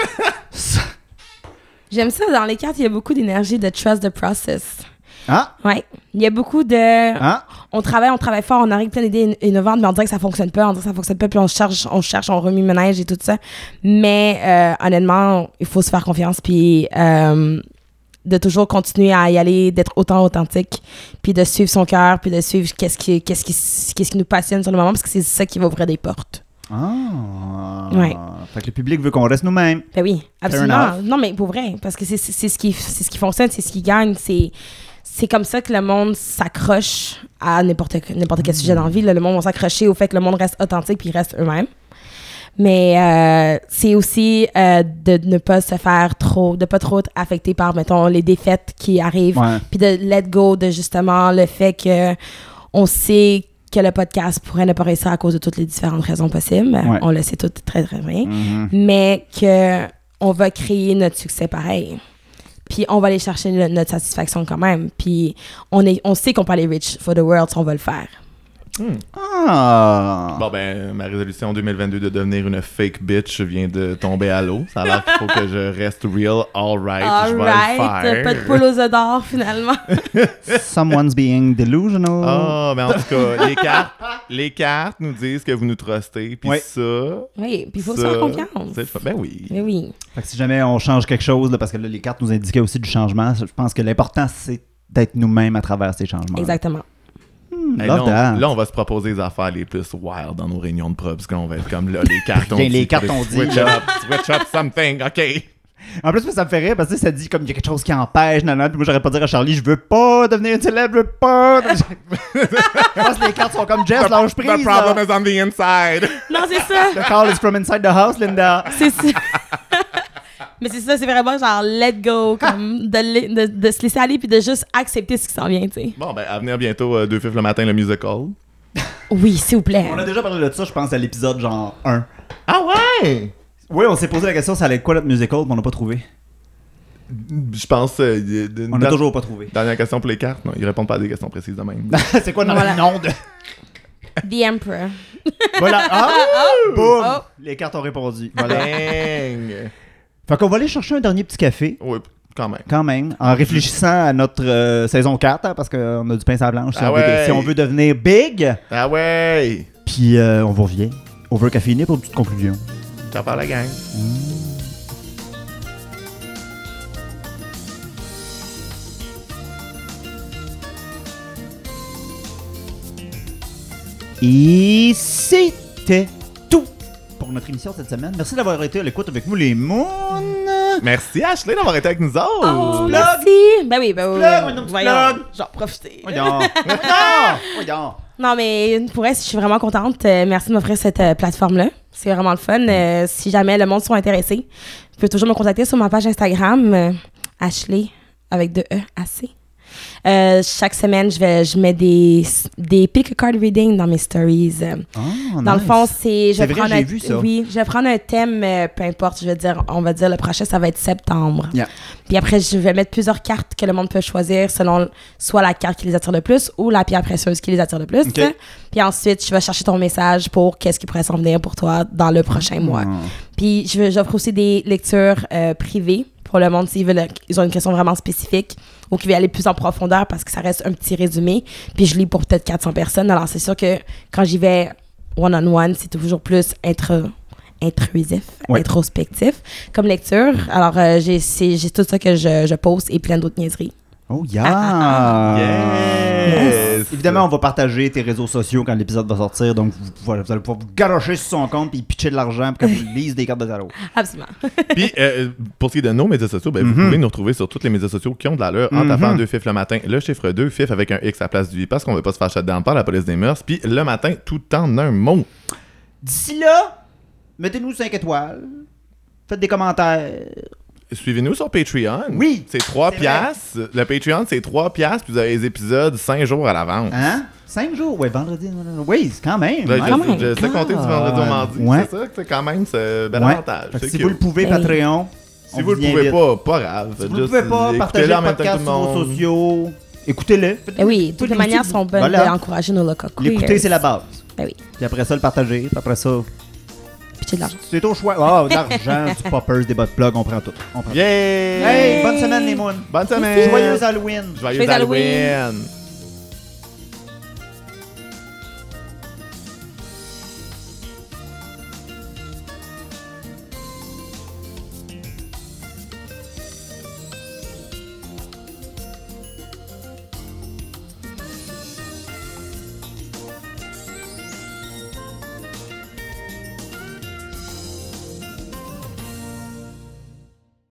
J'aime ça. Dans les cartes, il y a beaucoup d'énergie de trust the process. Ah? Ouais. Il y a beaucoup de... Ah? On travaille, on travaille fort, on arrive plein d'idées innovantes, mais on dirait que ça fonctionne pas, on dirait que ça fonctionne pas, puis on cherche, on cherche, on remue ménage et tout ça. Mais euh, honnêtement, il faut se faire confiance, puis euh, de toujours continuer à y aller, d'être autant authentique, puis de suivre son cœur, puis de suivre qu'est-ce qui, qu'est-ce qui, qu'est-ce qui nous passionne sur le moment, parce que c'est ça qui va ouvrir des portes. Ah! Ouais. Fait que le public veut qu'on reste nous-mêmes. Ben oui, absolument. Non, mais pour vrai, parce que c'est, c'est, c'est, ce, qui, c'est ce qui fonctionne, c'est ce qui gagne, c'est... C'est comme ça que le monde s'accroche à n'importe, n'importe quel sujet dans la vie. Là, le monde va s'accrocher au fait que le monde reste authentique puis reste eux-mêmes. Mais euh, c'est aussi euh, de ne pas se faire trop, de pas trop être affecté par, mettons, les défaites qui arrivent. Ouais. Puis de let go de justement le fait que on sait que le podcast pourrait ne pas réussir à cause de toutes les différentes raisons possibles. Ouais. On le sait tout très, très bien. Mm-hmm. Mais qu'on va créer notre succès pareil. Puis on va aller chercher le, notre satisfaction quand même. Puis on, est, on sait qu'on peut aller rich for the world si on va le faire. Hmm. Ah! Bon, ben, ma résolution deux mille vingt-deux de devenir une fake bitch vient de tomber à l'eau. Ça a l'air qu'il faut que je reste real, all right, All je vais right. le faire. Pas de poule aux œufs d'or, finalement. Someone's being delusional. Ah, mais en tout cas, les cartes, les cartes nous disent que vous nous trustez. Puis Ouais. ça. Oui, puis il faut ça, se faire confiance. c'est- Ben oui. Mais oui. Fait que si jamais on change quelque chose, là, parce que là, les cartes nous indiquaient aussi du changement, je pense que l'important, c'est d'être nous-mêmes à travers ces changements. Exactement. Hmm, Hey, love là, on, that. là, on va se proposer des affaires les plus wild dans nos réunions de preuves. Parce qu'on va être comme là, les cartes ont Bien, dit. les cartes ont dit, Switch là. up, switch up something, OK. En plus, ça me fait rire parce que ça dit comme il y a quelque chose qui empêche, nan, nan, puis moi j'aurais pas dire à Charlie, je veux pas devenir une célèbre, je veux pas. Je pense que les cartes sont comme Jess, lâche prise. The problem is on the inside. Non, c'est ça. The call is from inside the house, Linda. C'est ça. Mais c'est ça, c'est vraiment genre let go, comme de, de, de se laisser aller puis de juste accepter ce qui s'en vient, tu sais. Bon, ben, à venir bientôt, euh, deux fifs le matin, le musical. Oui, s'il vous plaît. On a déjà parlé de ça, je pense, à l'épisode genre un. Ah ouais! Oui, on s'est posé la question, ça allait être quoi notre musical, mais on n'a pas trouvé. Je pense. Euh, y- de- On n'a dan- toujours pas trouvé. Dernière question pour les cartes. Non, ils répondent pas à des questions précises de même. C'est quoi notre Voilà. nom de... The Emperor. Voilà. Ah! Boum! Oh. Les cartes ont répondu. Voilà. Dang! Fait qu'on va aller chercher un dernier petit café, Oui, quand même. quand même, en réfléchissant à notre euh, saison quatre, hein, parce qu'on a du pain à la blanche, si, Ah on veut, ouais. si on veut devenir big. Ah ouais! Puis euh, on vous revient. Over caféiné pour une petite conclusion. Ciao par la gang. Et c'était tout pour notre émission cette semaine. Merci d'avoir été à l'écoute avec nous, les Moons. Merci Ashley d'avoir été avec nous autres. Oh, plug. merci. Ben oui, ben oui. Plug, ben oui, oui. non, tu Voyons. plug. Genre, profitez. Voyons. Voyons. Voyons. Non, mais pour elle, je suis vraiment contente. Euh, merci de m'offrir cette euh, plateforme-là. C'est vraiment le fun. Euh, si jamais le monde sont intéressés, vous pouvez toujours me contacter sur ma page Instagram, euh, Ashley, avec deux E, A C. Euh, chaque semaine, je, vais, je mets des, des pick a card reading dans mes stories. Euh, Oh, Dans nice. le fond, c'est... Je C'est vais vrai, prendre j'ai un, vu ça. Oui, je vais prendre un thème, euh, peu importe, je vais dire, on va dire le prochain, ça va être septembre. Yeah. Puis après, je vais mettre plusieurs cartes que le monde peut choisir selon soit la carte qui les attire le plus ou la pierre précieuse qui les attire le plus. Ok. Puis ensuite, je vais chercher ton message pour qu'est-ce qui pourrait s'en venir pour toi dans le prochain mois. Oh. Puis je veux- j'offre aussi des lectures euh, privées pour le monde s'ils veulent, ils ont une question vraiment spécifique ou qui veulent aller plus en profondeur parce que ça reste un petit résumé. Puis je lis pour peut-être quatre cents personnes. Alors c'est sûr que quand j'y vais one-on-one, c'est toujours plus intro, intrusif, Ouais. introspectif comme lecture. Alors euh, j'ai, c'est, j'ai tout ça que je, je poste et plein d'autres niaiseries. Oh, yeah! Yes! Évidemment, on va partager tes réseaux sociaux quand l'épisode va sortir, donc vous, voilà, vous allez pouvoir vous garocher sur son compte et pitcher de l'argent pour qu'elle vous lise des cartes de tarot. Absolument. Puis, euh, pour ce qui est de nos médias sociaux, ben, vous Mhm. pouvez nous retrouver sur tous les médias sociaux qui ont de l'allure en Mhm. tapant deux fifs le matin, le chiffre deux, fif avec un X à la place du I parce qu'on veut pas se faire shutdown par la police des mœurs, puis le matin, tout en un mot. D'ici là, mettez-nous cinq étoiles, faites des commentaires. Suivez-nous sur Patreon. Oui, C'est trois c'est piastres. Le Patreon, c'est trois piastres, puis vous avez les épisodes cinq jours à l'avance. Hein? cinq jours? Ouais, vendredi. Oui, c'est quand même. Là, hein? je, Quand même. je sais compter du vendredi au mardi. Ouais. C'est ça, c'est quand même c'est un bel Ouais. avantage. Fait que C'est si cute. vous le pouvez, Ben oui. Patreon. Si on vous le y pouvez invite. pas, pas grave. Si vous ne Juste pouvez pas, écoutez-le partagez le en même temps que podcast tout sur le vos monde. sociaux. Écoutez-le. Eh oui, toutes les Faites-le manières aussi. sont bonnes Voilà. d'encourager nos locaux. L'écouter, c'est la base. Ben oui. Puis après ça, le partager. Puis après ça, Pitcher de l'argent. c'est au choix. Oh, de l'argent, du poppers, des bottes plug, on prend tout. On prend tout. Yeah! Hey, bonne semaine, les moons. Bonne semaine! Joyeux Halloween. Joyeux Joyeux Halloween. Halloween!